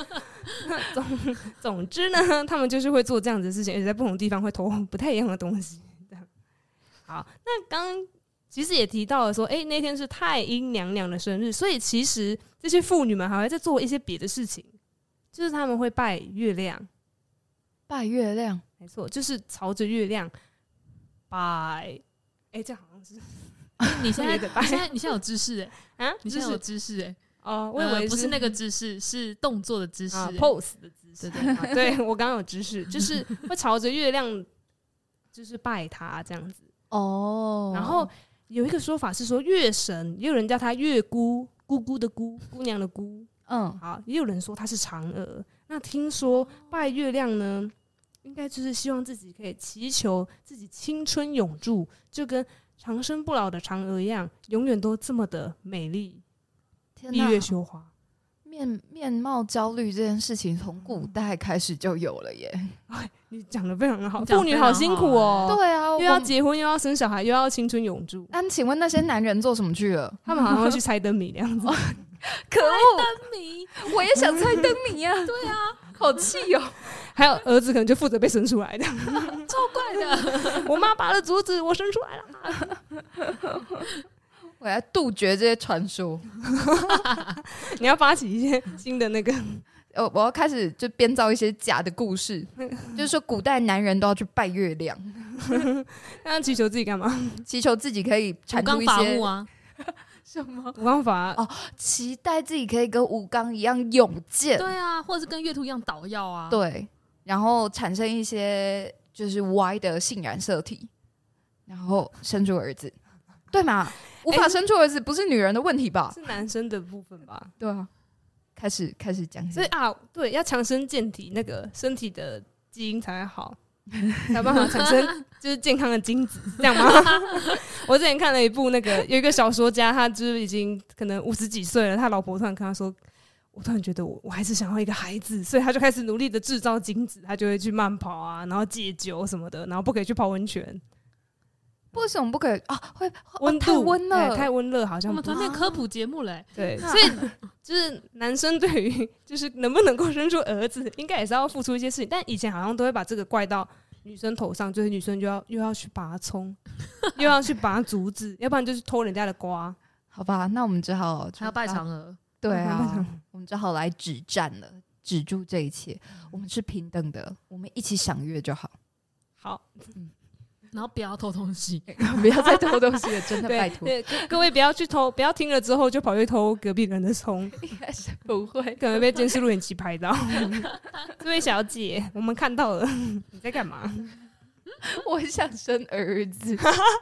C: 总之呢，他们就是会做这样子的事情，而且在不同地方会偷不太一样的东西。这样好，那刚刚其实也提到了说，那天是太阴娘娘的生日，所以其实这些妇女们还会在做一些别的事情，就是他们会拜月亮。
A: 拜月亮，
C: 没错，就是朝着月亮拜。这样好像是
B: 你现在有知识
C: 啊？
B: 你现在有知识
C: 哦，我以为
B: 不是那个姿势，是动作的姿势
C: ，pose 的姿势。对，我刚刚有知识，就是会朝着月亮，就是拜他这样子。哦，然后有一个说法是说月神，也有人叫他月姑，姑姑的姑，姑娘的姑。好，也有人说他是嫦娥。那听说拜月亮呢，应该就是希望自己可以祈求自己青春永驻，就跟长生不老的嫦娥一样，永远都这么的美丽。闭月羞花，
A: 面貌焦虑这件事情从古代开始就有了耶。
C: 你讲得非常好，妇女好辛苦哦。
A: 对啊，
C: 又要结婚，又要生小孩，又要青春永驻。
A: 请问那些男人做什么去了？
C: 他们好像会去猜灯谜那样子。
A: 可恶，
B: 灯谜，
A: 我也想猜灯谜啊！
B: 对啊，
A: 好气哦。
C: 还有儿子可能就负责被生出来的，
B: 超怪的。
C: 我妈拔了竹子，我生出来了。
A: 我要杜绝这些传说。
C: 你要发起一些新的那个，
A: 我要开始就编造一些假的故事，就是说古代男人都要去拜月亮，
C: 那祈求自己干嘛？
A: 祈求自己可以产出一些
B: 啊。
A: 什么
C: 武刚法
A: 哦？期待自己可以跟吴刚一样勇健，
B: 对啊，或者是跟月兔一样捣药啊，
A: 对，然后产生一些就是歪的性染色体，然后生出儿子，对嘛？无法生出儿子不是女人的问题吧？
C: 是男生的部分吧？
A: 对啊，开始讲，
C: 所以对，要强身健体，那个身体的基因才会好。才有办法产生就是健康的精子，这样吗？我之前看了一部有一个小说家，他就是已经可能50几岁了，他老婆突然跟他说：“我突然觉得我还是想要一个孩子。”所以他就开始努力的制造精子，他就会去慢跑啊，然后戒酒什么的，然后不可以去泡温泉。
A: 为什么不可以啊？会
C: 温度
A: 太温了，
C: 太温热好像。
B: 我们团队科普节目嘞，
C: 对，所以就是男生对于就是能不能够生出儿子，应该也是要付出一些事情。但以前好像都会把这个怪到女生头上，就是女生又要去拔葱，又要去拔竹子，要不然就是偷人家的瓜。
A: 好吧，那我们只好
B: 还要拜嫦娥。
A: 对啊，我们只好来止战了，止住这一切。我们是平等的，我们一起赏月就好。
C: 好，
B: 然后不要偷东西，
A: 不要再偷东西了，真的拜托。
C: 各位不要去偷，不要听了之后就跑去偷隔壁人的葱，
A: 应该是不会，
C: 可能被监视录影器拍到。这位小姐，我们看到了，你在干嘛？
A: 我想生儿子。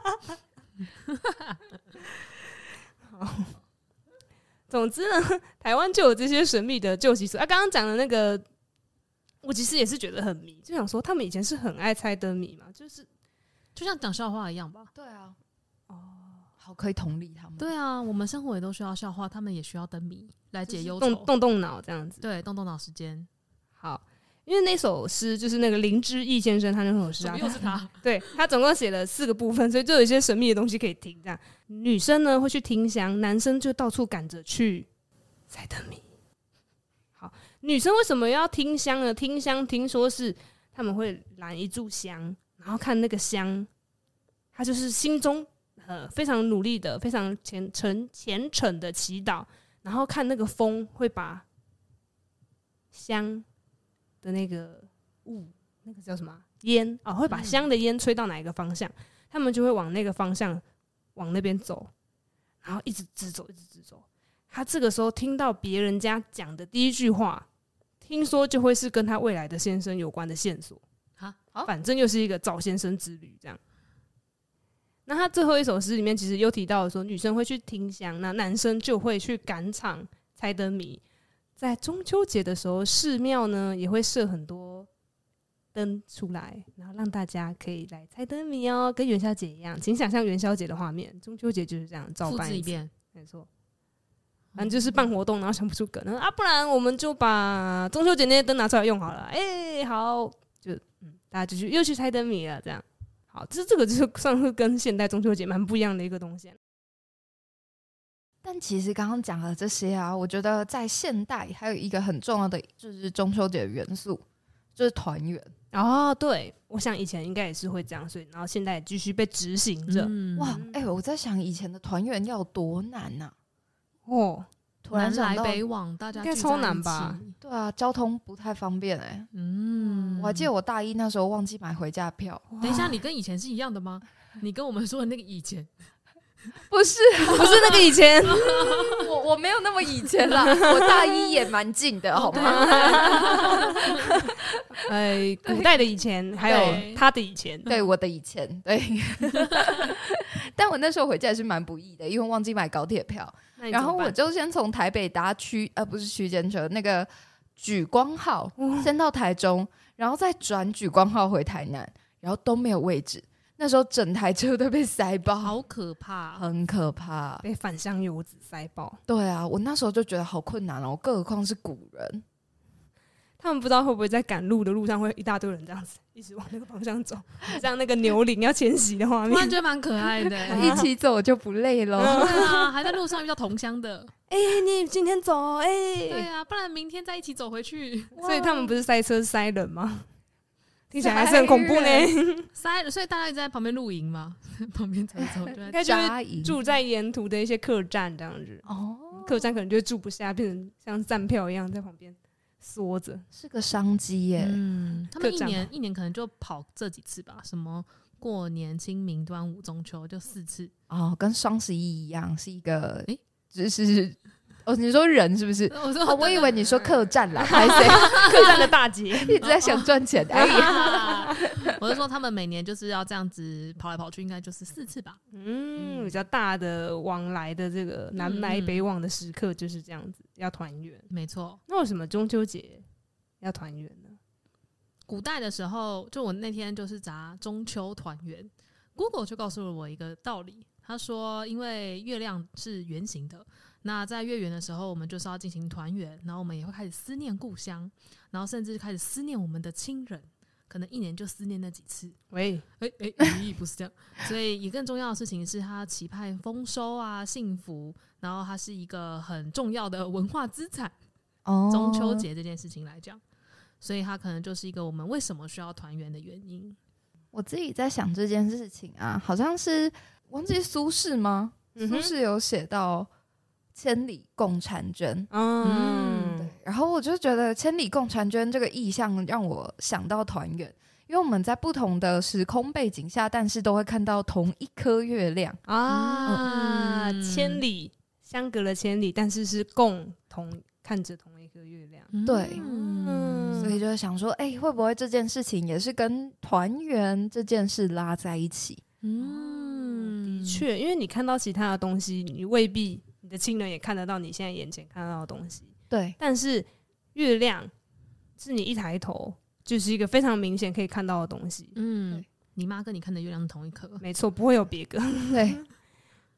C: 好，总之呢，台湾就有这些神秘的旧习俗。刚刚讲的那个，我其实也是觉得很迷，就想说他们以前是很爱猜灯谜嘛，就像
B: 讲笑话一样吧。
A: 对啊， 好可以同理他们。
B: 对啊，我们生活也都需要笑话，他们也需要灯谜来解忧愁，
C: 动脑这样子。
B: 对，动脑时间。
C: 好，因为那首诗就是那个林之义先生他那首诗啊，
B: 又是他，
C: 对，他总共写了4个部分，所以就有一些神秘的东西可以听。这样，女生呢会去听香，男生就到处赶着去猜灯谜。好，女生为什么要听香呢？听香听说是他们会燃一炷香，然后看那个香，他就是心中非常努力的、非常虔诚的祈祷，然后看那个风会把香的那个雾，那个叫什么烟啊，会把香的烟吹到哪一个方向，他们就会往那个方向往那边走，然后一直直走，一直直走。他这个时候听到别人家讲的第一句话，听说就会是跟他未来的先生有关的线索。反正又是一个找先生之旅这样。那他最后一首诗里面其实又提到说，女生会去听香，那男生就会去赶场猜灯谜。在中秋节的时候，寺庙呢也会设很多灯出来，然后让大家可以来猜灯谜哦，跟元宵节一样。请想象元宵节的画面，中秋节就是这样照办一遍，没错。反正就是办活动，然后想不出梗啊，不然我们就把中秋节那些灯拿出来用好了。好，就大家就又去猜灯谜了，这样。好，这个就是算是跟现代中秋节蛮不一样的一个东西。
A: 但其实刚刚讲的这些啊，我觉得在现代还有一个很重要的就是中秋节的元素，就是团圆。
C: 哦，对，我想以前应该也是会这样，所以然后现在也继续被执行着。
A: 哇，我在想以前的团圆要多难啊！
C: 哦，
A: 突然想到
B: 南来北往，大家
C: 应该超难吧？
A: 对啊，交通不太方便我还记得我大一那时候忘记买回家票。
B: 等一下，你跟以前是一样的吗？你跟我们说的那个以前
A: 不是
C: 那个以前，
A: 我没有那么以前啦，我大一也蛮近的，好吗？
C: 古代的以前，还有他的以前，
A: 对我的以前，对。但我那时候回家也是蛮不易的，因为忘记买高铁票，然后我就先从台北搭不是区间车，那个莒光号先到台中，然后再转莒光号回台南，然后都没有位置。那时候整台车都被塞爆，
B: 好可怕，
A: 很可怕，
C: 被返乡游子塞爆。
A: 对啊，我那时候就觉得好困难哦，更何况是古人。
C: 他们不知道会不会在赶路的路上会一大堆人这样子一直往那个方向走，像那个牛羚要迁徙的画面，
B: 突然觉得蛮可爱的。
A: 一起走就不累了。
B: 对啊，还在路上遇到同乡的，
C: 你今天走
B: 对啊，不然明天再一起走回去。
C: 所以他们不是塞车是塞人吗？听起来还是很恐怖呢。
B: 所以大家一直在旁边露营嘛，旁边走走，
C: 应该就是住在沿途的一些客栈这样子。客栈可能就住不下，变成像站票一样在旁边缩着，
A: 是个商机耶。
B: 他们一年可能就跑这几次吧，什么过年、清明、端午、中秋就4次。
A: 跟双11一样，是一个就是你说人是不是？我以为你说客栈啦，还是
C: 客栈的大姐
A: 一直在想赚钱。
B: 我是说他们每年就是要这样子跑来跑去，应该就是4次吧。
C: 比较大的往来的这个南来北往的时刻就是这样子，要团圆。
B: 没错。
C: 那为什么中秋节要团圆呢？
B: 古代的时候，就我那天就是查中秋团圆 ，Google 就告诉了我一个道理。他说，因为月亮是圆形的，那在月圆的时候，我们就是要进行团圆，然后我们也会开始思念故乡，然后甚至开始思念我们的亲人，可能1年就思念那几次。不是这样。所以也更重要的事情是，他期盼丰收啊、幸福，然后它是一个很重要的文化资产。中秋节这件事情来讲，所以它可能就是一个我们为什么需要团圆的原因。
A: 我自己在想这件事情啊，好像是忘记苏轼吗？苏轼有写到千里共婵娟。对。然后我就觉得千里共婵娟这个意象让我想到团圆，因为我们在不同的时空背景下，但是都会看到同一颗月亮
C: 千里相隔了千里，但是是共同看着同一颗月亮。
A: 对。所以就想说会不会这件事情也是跟团圆这件事拉在一起？
C: 的确，因为你看到其他的东西，你未必你的亲人也看得到你现在眼前看到的东西。
A: 对。
C: 但是月亮是你一抬头就是一个非常明显可以看到的东西。
B: 你妈跟你看的月亮是同一颗，
C: 没错，不会有别个。
A: 对。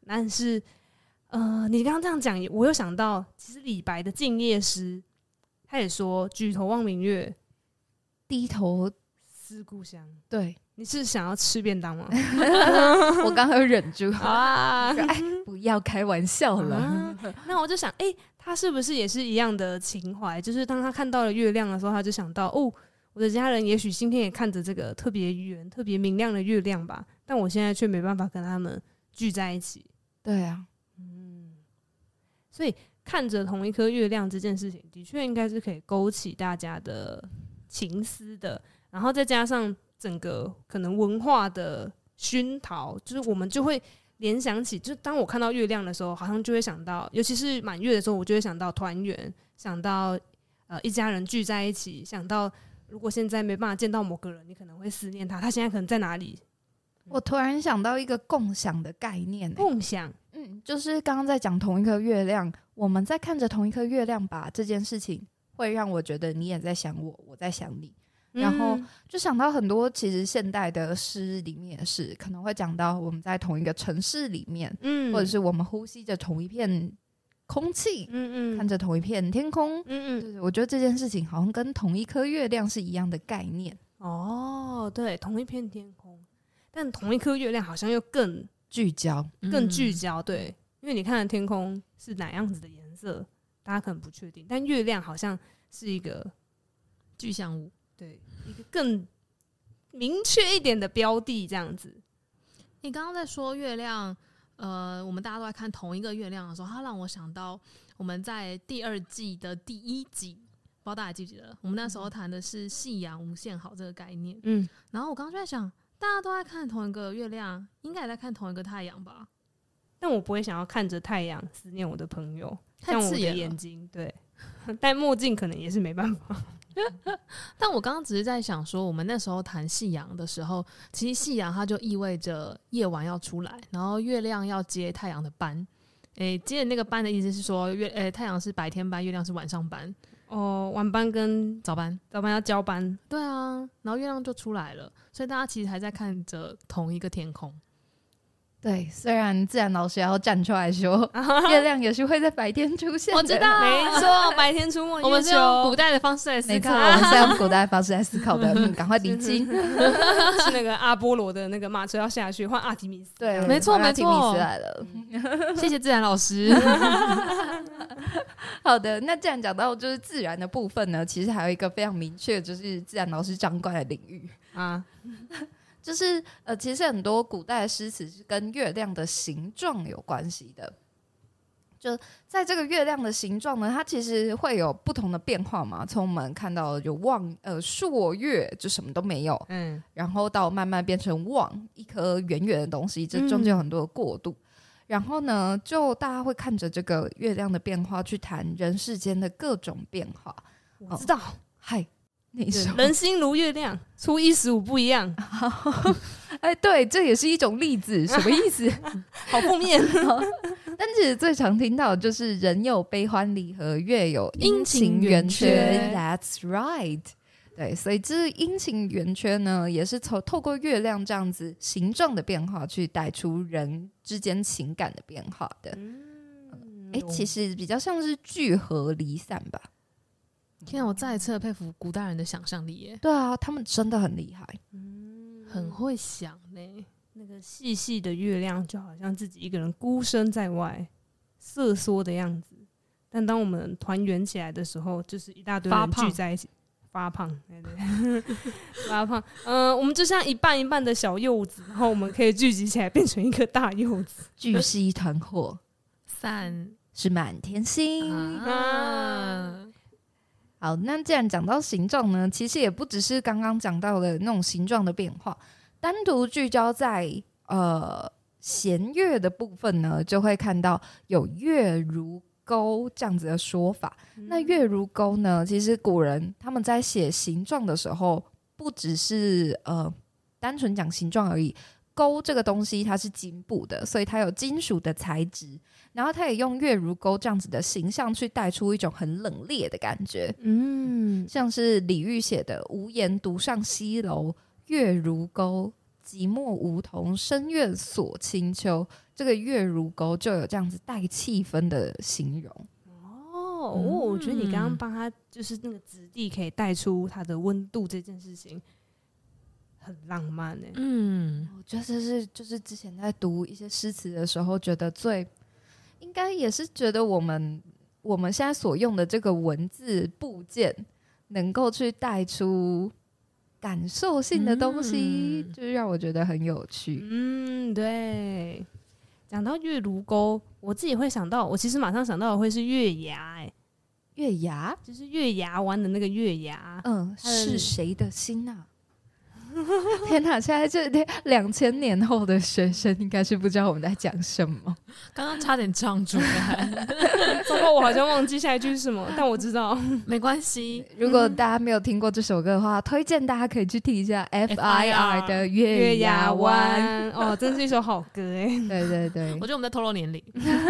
C: 但是你刚刚这样讲，我有想到，其实李白的《静夜思》，他也说举头望明月，
A: 低头
C: 思故乡。
A: 对，
C: 你是想要吃便当吗？
A: 我刚刚有忍住
C: 啊，
A: 哎，不要开玩笑了。
C: 那我就想，他是不是也是一样的情怀？就是当他看到了月亮的时候，他就想到，我的家人也许今天也看着这个特别圆、特别明亮的月亮吧，但我现在却没办法跟他们聚在一起。
A: 对啊，
C: 所以看着同一颗月亮这件事情，的确应该是可以勾起大家的情思的。然后再加上整个可能文化的熏陶，就是我们就会联想起，就当我看到月亮的时候，好像就会想到，尤其是满月的时候，我就会想到团圆，想到一家人聚在一起，想到如果现在没办法见到某个人，你可能会思念他，他现在可能在哪里？
A: 我突然想到一个共享的概念，
C: 共享，
A: 就是刚刚在讲同一颗月亮，我们在看着同一颗月亮吧，这件事情会让我觉得你也在想我，我在想你。然后就想到很多其实现代的诗里面也是可能会讲到我们在同一个城市里面，或者是我们呼吸着同一片空气，看着同一片天空，对，我觉得这件事情好像跟同一颗月亮是一样的概念。
C: 哦，对，同一片天空，但同一颗月亮好像又更
A: 聚焦，
C: 对，因为你看的天空是哪样子的颜色，大家可能不确定，但月亮好像是一个
B: 具象物。
C: 对，一个更明确一点的标的，这样子。
B: 你刚刚在说月亮，我们大家都在看同一个月亮的时候，它让我想到我们在第2季的第1集，不知道大家记不记得？我们那时候谈的是夕阳无限好这个概念。然后我刚刚就在想，大家都在看同一个月亮，应该也在看同一个太阳吧？
C: 但我不会想要看着太阳思念我的朋友，
B: 太刺眼了，
C: 像我的眼睛，对，戴墨镜可能也是没办法。
B: 但我刚刚只是在想说，我们那时候谈夕阳的时候，其实夕阳它就意味着夜晚要出来，然后月亮要接太阳的班。接的那个班的意思是说，太阳是白天班，月亮是晚上班。
C: 哦，晚班跟
B: 早班
C: 要交班。
B: 对啊，然后月亮就出来了，所以大家其实还在看着同一个天空。
A: 对，虽然自然老师要站出来说，月亮也是会在白天出现的。
B: 我知道，
C: 没错，白天出没，
B: 我们是用古代的方式来思考，
A: 没错，我们是用古代的方式来思考的。赶快理清，
C: 是那个阿波罗的那个马车要下去，换阿提米斯。
A: 对，
B: 没错，
A: 阿提米斯来了。
B: 谢谢自然老师。
A: 好的，那既然讲到就是自然的部分呢，其实还有一个非常明确，就是自然老师掌管的领域啊。就是其实很多古代的诗词是跟月亮的形状有关系的。就在这个月亮的形状呢，它其实会有不同的变化嘛。从我们看到有朔月，就什么都没有，然后到慢慢变成望，一颗圆圆的东西，这中间有很多的过渡。然后呢，就大家会看着这个月亮的变化，去谈人世间的各种变化。
C: 我知道，
A: 嗨。
C: 人心如月亮，初一十五不一样。
A: 对，这也是一种例子，什么意思？
C: 好负面。
A: 但其实最常听到的就是人有悲欢离合，月有阴晴圆缺。That's right。对，所以这阴晴圆缺呢，也是透过月亮这样子形状的变化，去带出人之间情感的变化的。其实比较像是聚合离散吧。
B: 天啊，我再一次佩服古代人的想象力耶！
A: 对啊，他们真的很厉害，
B: 很会想呢。
C: 那个细细的月亮，就好像自己一个人孤身在外，瑟缩的样子。但当我们团圆起来的时候，就是一大堆人聚在一起，发胖，对，发胖。我们就像一半一半的小柚子，然后我们可以聚集起来，变成一颗大柚子，
A: 聚是一团火，
B: 散
A: 是满天星啊。好，那既然讲到形状呢，其实也不只是刚刚讲到的那种形状的变化，单独聚焦在弦乐的部分呢，就会看到有月如钩这样子的说法。那月如钩呢，其实古人他们在写形状的时候，不只是单纯讲形状而已。钩这个东西它是金布的，所以它有金属的材质，然后它也用月如钩这样子的形象去带出一种很冷冽的感觉。像是李煜写的无言独上西楼，月如钩，寂寞梧桐深院锁清秋， 这个月如钩就有这样子带气氛的形容。
C: 我觉得你刚刚帮他就是那个质地可以带出它的温度这件事情很浪漫欸。
A: 我觉得这是就是之前在读一些诗词的时候觉得最应该也是觉得我们现在所用的这个文字部件能够去带出感受性的东西，就是让我觉得很有趣。
C: 对。讲到月如钩，我自己会想到，我其实马上想到的会是月牙，
A: 月牙
C: 就是月牙湾的那个月牙。
A: 是谁的心啊？天哪！现在这2000年后的学生应该是不知道我们在讲什么。
B: 刚刚差点唱出来，
C: 糟糕，我好像忘记下一句是什么，但我知道，
B: 没关系。
A: 如果大家没有听过这首歌的话，推荐大家可以去听一下 FIR 的《月牙湾》。
C: 哦，真是一首好歌哎。
A: 对对对，
B: 我觉得我们在透露年龄。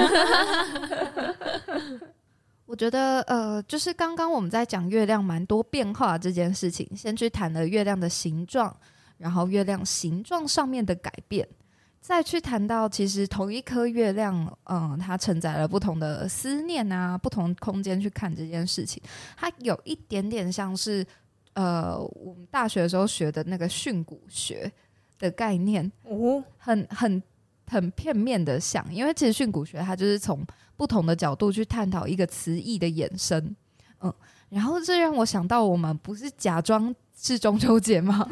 A: 我觉得就是刚刚我们在讲月亮蛮多变化这件事情，先去谈了月亮的形状，然后月亮形状上面的改变，再去谈到其实同一颗月亮，它承载了不同的思念啊，不同空间去看这件事情，它有一点点像是我们大学的时候学的那个训诂学的概念，很片面的想，因为其实训诂学它就是从不同的角度去探讨一个词义的衍生，然后这让我想到我们不是假装是中秋节吗？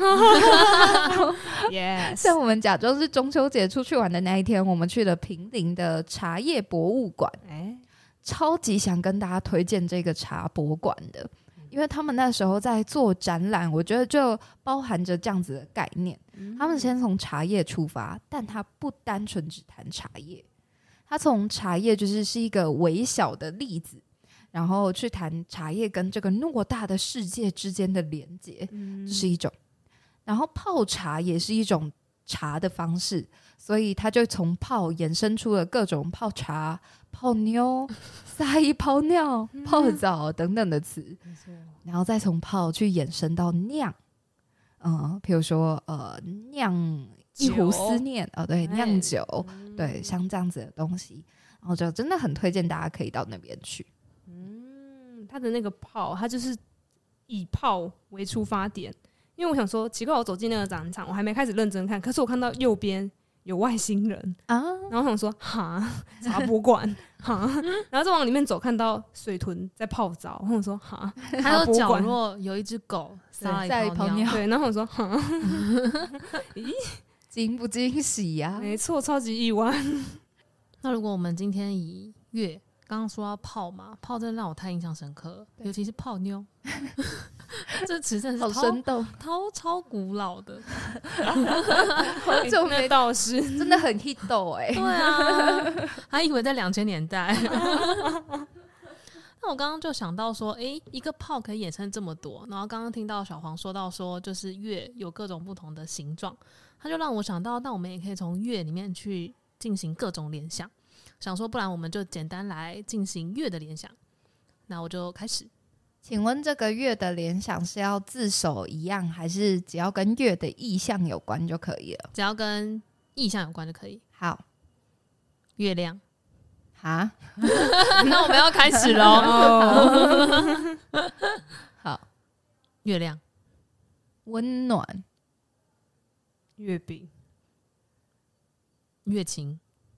C: Yes，
A: 像我们假装是中秋节出去玩的那一天，我们去了坪林的茶叶博物馆，超级想跟大家推荐这个茶博馆的，因为他们那时候在做展览，我觉得就包含着这样子的概念。他们先从茶叶出发，但他不单纯只谈茶叶，他从茶叶就是一个微小的粒子，然后去谈茶叶跟这个偌大的世界之间的连接，这是一种。然后泡茶也是一种茶的方式，所以他就从泡衍生出了各种泡茶、泡妞、撒一泡尿、泡澡等等的词，然后再从泡去衍生到酿，譬如说酿一壶思念，对，酿酒，对，像这样子的东西，然后就真的很推荐大家可以到那边去。
C: 它的那个泡，它就是以泡为出发点，因为我想说，奇怪，我走进那个展场，我还没开始认真看，可是我看到右边有外星人啊，然后想说哈茶博馆哈，然后再往里面走，看到水豚在泡澡，然后我说哈，
B: 还有角落有一只狗撒了一泡尿，
C: 对，然后我说哈，咦，
A: 惊不惊喜呀？
C: 没错，超级意外。
B: 那如果我们今天以月，刚刚说要泡嘛，泡真的让我太印象深刻了，尤其是泡妞，这词真的是
A: 好生动，
B: 超古老的，
A: 好久没
C: 倒是
A: 真的很 hit
B: 对啊，还以为在2000年代。那我刚刚就想到说，一个泡可以衍生这么多，然后刚刚听到小黄说到说，就是月有各种不同的形状，它就让我想到，那我们也可以从月里面去进行各种联想，想说不然我们就简单来进行月的联想。那我就开始。
A: 请问这个月的联想是要字首一样，还是只要跟月的意象有关就可以了？
B: 只要跟意象有关就可以。
A: 好，
B: 月亮。
A: 哈，
B: 那我们要开始咯。
A: 好，
B: 月亮，
A: 温暖，
C: 月饼，
B: 月琴，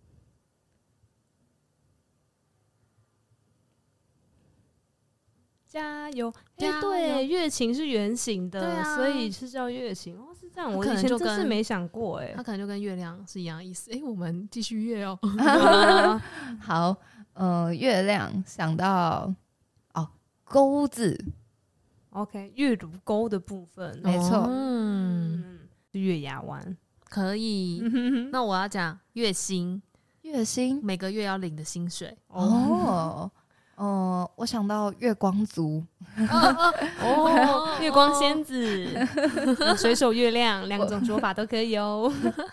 C: 加油！
B: 加油
C: 对，月琴是圆形的，
B: 啊
C: 所以是叫月琴。哦，是这样，我以
B: 可能就跟
C: 前真是没想过
B: 它可能就跟月亮是一样的意思。我们继续月哦。
A: 好，月亮想到钩子，
C: OK， 月如钩的部分，
A: 没错，
C: 是月牙湾，
B: 可以。那我要讲月薪，
A: 月薪
B: 每个月要领的薪水。
A: 我想到月光族，
C: 月光仙子，水手月亮，两种说法都可以哦。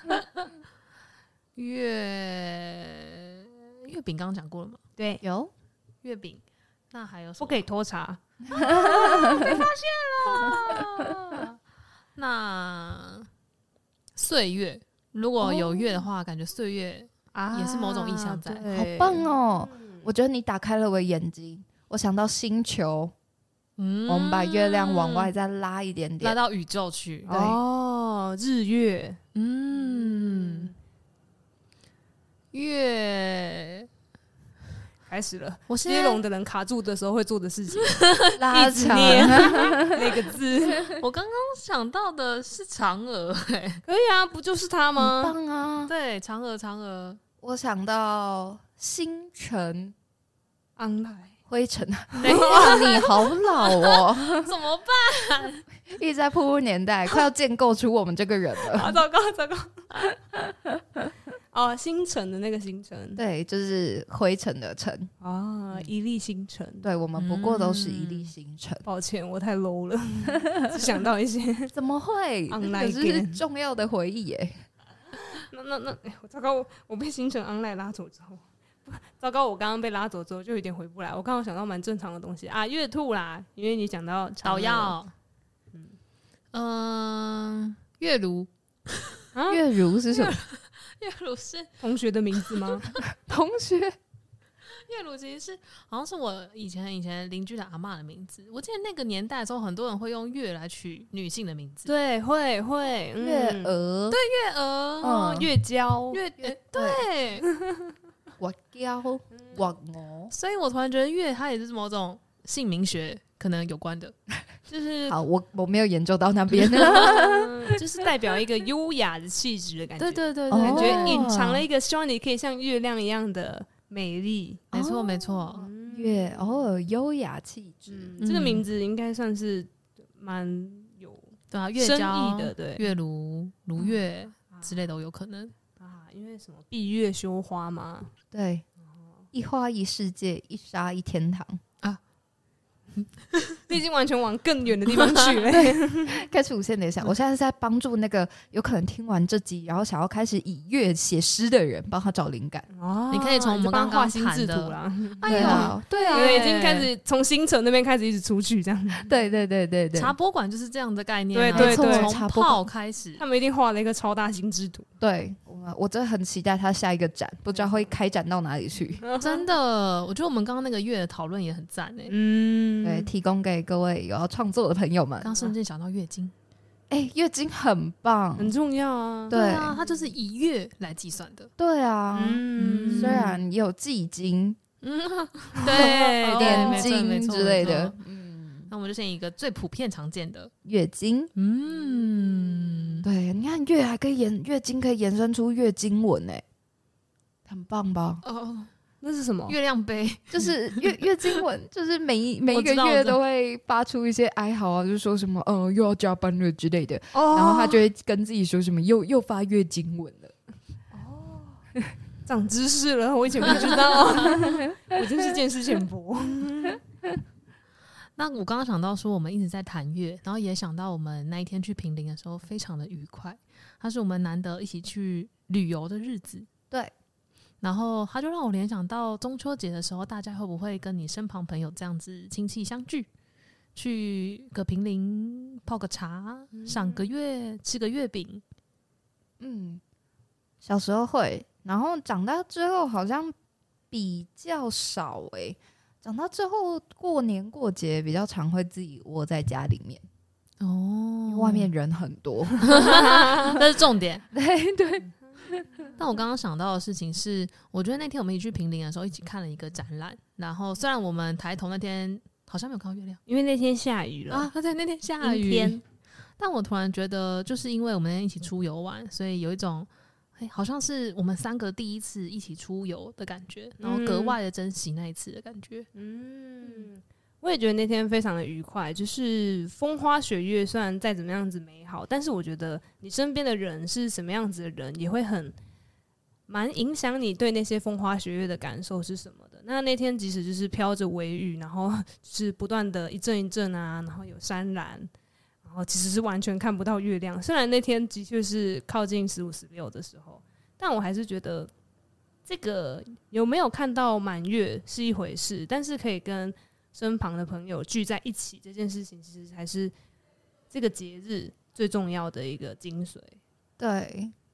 B: 月饼刚刚讲过了吗？
C: 对，
A: 有
B: 月饼，那还有什么？
C: 不可以拖茶。
B: 被发现了。那岁月，如果有月的话，感觉岁月
C: 啊
B: 也是某种意象在
A: 好棒哦！我觉得你打开了我的眼睛，我想到星球，我们把月亮往外再拉一点点，
B: 拉到宇宙去。
C: 哦，日月，
B: 月
C: 开始了。
B: 我现
C: 接龙的人卡住的时候会做的事情，
A: 拉长。
C: 那个字
B: 我刚刚想到的是嫦娥，
C: 可以啊，不就是它
A: 很
C: 吗？
A: 棒啊！
B: 对，嫦娥，
A: 我想到星辰
C: 安来，
A: 灰尘。哇，你好老哦！
B: 怎么办？
A: 一直在步入年代，快要建构出我们这个人了。
C: 啊，糟糕糟糕！哦，星辰的那个星辰，
A: 对，就是灰尘的尘。
C: 啊，一粒星辰。
A: 对，我们不过都是一粒星辰。
C: 抱歉，我太 low 了，只想到一些。
A: 怎么会？
C: Online
A: 可是重要的回忆耶。
C: 我糟糕，我被星辰 online 拉走之后，糟糕，我刚刚被拉走之后就有点回不来。我刚刚想到蛮正常的东西啊，月兔啦，因为你讲到
B: 捣药，月如，
A: 月如是什么？
B: 月如是
C: 同学的名字吗？
A: 同学？
B: 月如其实是好像是我以前邻居的阿嬷的名字。我记得那个年代的时候，很多人会用月来取女性的名字。
C: 对，会，
A: 月娥？
B: 对，月娥，
C: 月娇，
B: 对，
A: 我娇，我娥。
B: 所以我突然觉得月它也是某种姓名学可能有关的，就是
A: 好，我没有研究到那边。
C: 就是代表一个优雅的气质的感觉。
B: 对，
C: 感觉隐藏了一个希望你可以像月亮一样的美丽。
B: 没错，
A: 月优雅气质。
C: 这个名字应该算是蛮有
B: 对啊，月
C: 深
B: 娇
C: 意的，对，
B: 月如月之类都有可能
C: 啊，因为什么闭月羞花嘛，
A: 对，一花一世界，一沙一天堂。
C: 你已经完全往更远的地方去了。
A: 开始无限联想，我现在是在帮助那个有可能听完这集，然后想要开始以月写诗的人，帮他找灵感。
C: 哦
B: 你可以从我们刚刚
C: 画心智图
B: 谈的
C: 啦，
A: 对啊，对啊，
C: 因为已经开始从星辰那边开始一直出去，这样。
A: 对，
B: 茶博馆就是这样的概念啊，
C: 对
B: 从泡开始，
C: 他们一定画了一个超大心智图。
A: 对，我真的很期待他下一个展，不知道会开展到哪里去。
B: 真的，我觉得我们刚刚那个月的讨论也很赞诶。
A: 对，提供给各位有要创作的朋友们。
B: 刚甚至想到月经，
A: 月经很棒，
C: 很重要啊。
A: 对
B: 啊，它就是以月来计算的。
A: 对啊，虽然有季经、
B: 对
A: 年经之类的，
B: 那我们就先以一个最普遍常见的
A: 月经。对，你看还可以月经可以延伸出月经文很棒吧？
C: 那是什么？
B: 月亮杯
A: 就是月经文，就是每一个月都会发出一些哀嚎啊，就是说什么又要加班了之类的，然后他就会跟自己说什么又发月经文了。
C: 长知识了，我以前不知道，我真是见识浅薄。
B: 那我刚刚想到说，我们一直在谈月，然后也想到我们那一天去坪林的时候非常的愉快，它是我们难得一起去旅游的日子。
A: 对。
B: 然后他就让我联想到中秋节的时候，大家会不会跟你身旁朋友这样子亲戚相聚，去个坪林泡个茶，赏个月，吃个月饼？
A: 小时候会，然后长大之后好像比较少长大之后过年过节比较常会自己窝在家里面。因为外面人很多，
B: 这是重点。
A: 对。
B: 但我刚刚想到的事情是，我觉得那天我们一起去坪林的时候，一起看了一个展览。然后虽然我们抬头那天好像没有看到月亮，
C: 因为那天下雨了
B: 啊，对，那天下雨。
C: 天，
B: 但我突然觉得，就是因为我们那天一起出游玩，所以有一种好像是我们3个第一次一起出游的感觉，然后格外的珍惜那一次的感觉。
C: 我也觉得那天非常的愉快，就是风花雪月，虽然再怎么样子美好，但是我觉得你身边的人是什么样子的人，也会蛮影响你对那些风花雪月的感受是什么的。那天即使就是飘着微雨，然后就是不断的一阵一阵啊，然后有山岚，然后其实是完全看不到月亮。虽然那天的确是靠近15、16的时候，但我还是觉得这个有没有看到满月是一回事，但是可以跟身旁的朋友聚在一起这件事情，其实才是这个节日最重要的一个精髓。
A: 对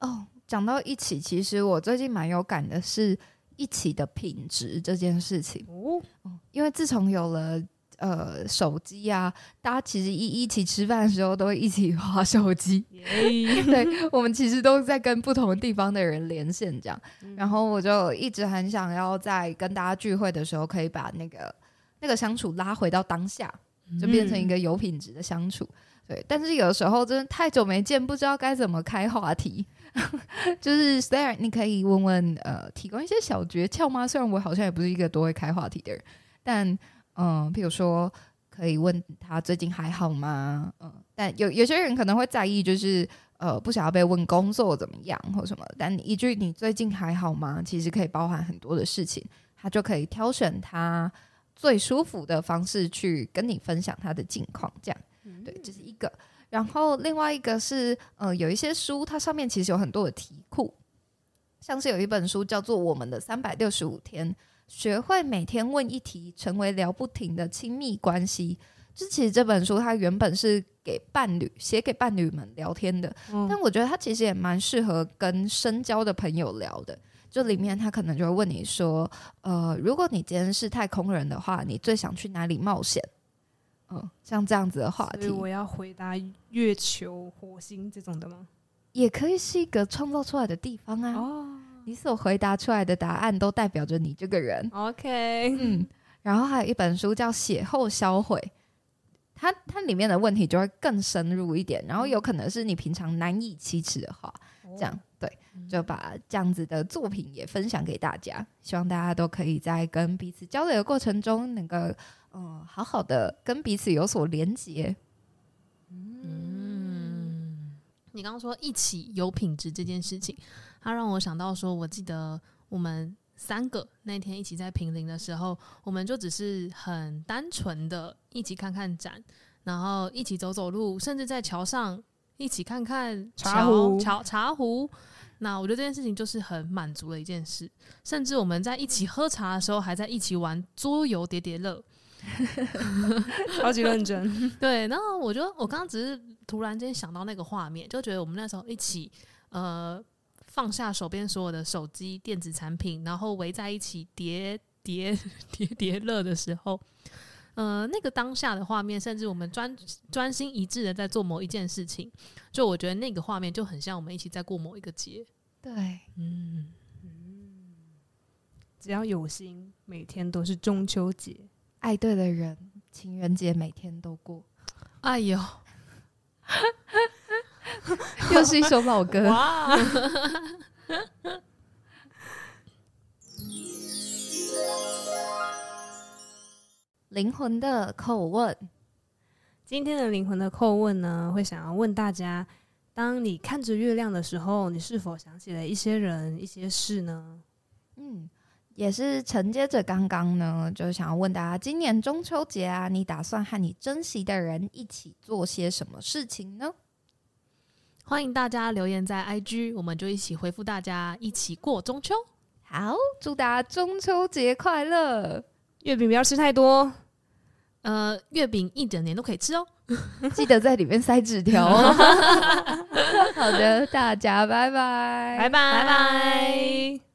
A: 讲到一起，其实我最近蛮有感的是一起的品质这件事情。因为自从有了手机啊，大家其实一起吃饭的时候都会一起滑手机，对，我们其实都在跟不同地方的人连线这样。然后我就一直很想要在跟大家聚会的时候，可以把那个相处拉回到当下，就变成一个有品质的相处。对，但是有时候真的太久没见，不知道该怎么开话题。就是虽然你可以问问提供一些小诀窍吗？虽然我好像也不是一个多会开话题的人，但譬如说可以问他最近还好吗？但有些人可能会在意，就是不想要被问工作怎么样或什么，但一句你最近还好吗，其实可以包含很多的事情，他就可以挑选他最舒服的方式去跟你分享他的近况，这样。对，这是一个。然后另外一个是有一些书，它上面其实有很多的题库，像是有一本书叫做《我们的365天》，学会每天问一题，成为聊不停的亲密关系。就是其实这本书它原本是写给伴侣们聊天的，但我觉得它其实也蛮适合跟深交的朋友聊的。就里面他可能就会问你说如果你今天是太空人的话，你最想去哪里冒险？像这样子的话题，
C: 所以我要回答月球、火星这种的吗？
A: 也可以是一个创造出来的地方啊。你所回答出来的答案都代表着你这个人。
C: OK，
A: 然后还有一本书叫《写后销毁》，它里面的问题就会更深入一点，然后有可能是你平常难以启齿的话，这样对，就把这样子的作品也分享给大家，希望大家都可以在跟彼此交流的过程中，能够好好的跟彼此有所连结。
B: 你刚刚说一起有品质这件事情，它让我想到说，我记得我们3个那天一起在坪林的时候，我们就只是很单纯的一起看看展，然后一起走走路，甚至在桥上一起看看茶壶。那我觉得这件事情就是很满足的一件事，甚至我们在一起喝茶的时候，还在一起玩桌游叠叠乐。
C: 超级认真。
B: 对，然后我刚刚只是突然间想到那个画面，就觉得我们那时候一起放下手边所有的手机电子产品，然后围在一起叠乐的时候，那个当下的画面，甚至我们专心一致的在做某一件事情，就我觉得那个画面就很像我们一起在过某一个节。
A: 对，
C: 只要有心，每天都是中秋节。
A: 爱对的人，情人节每天都过。
B: 哎呦，
A: 又是一首老歌。
C: 哇！
A: 灵魂的叩问，
C: 今天的灵魂的叩问呢，会想要问大家：当你看着月亮的时候，你是否想起了一些人、一些事呢？
A: 也是承接着刚刚呢，就是想要问大家，今年中秋节啊，你打算和你珍惜的人一起做些什么事情呢？
B: 欢迎大家留言在 IG， 我们就一起回复大家，一起过中秋。
A: 好，祝大家中秋节快乐！
C: 月饼不要吃太多，
B: 月饼一整年都可以吃哦，
A: 记得在里面塞纸条哦。好的，大家拜拜，
C: 拜拜。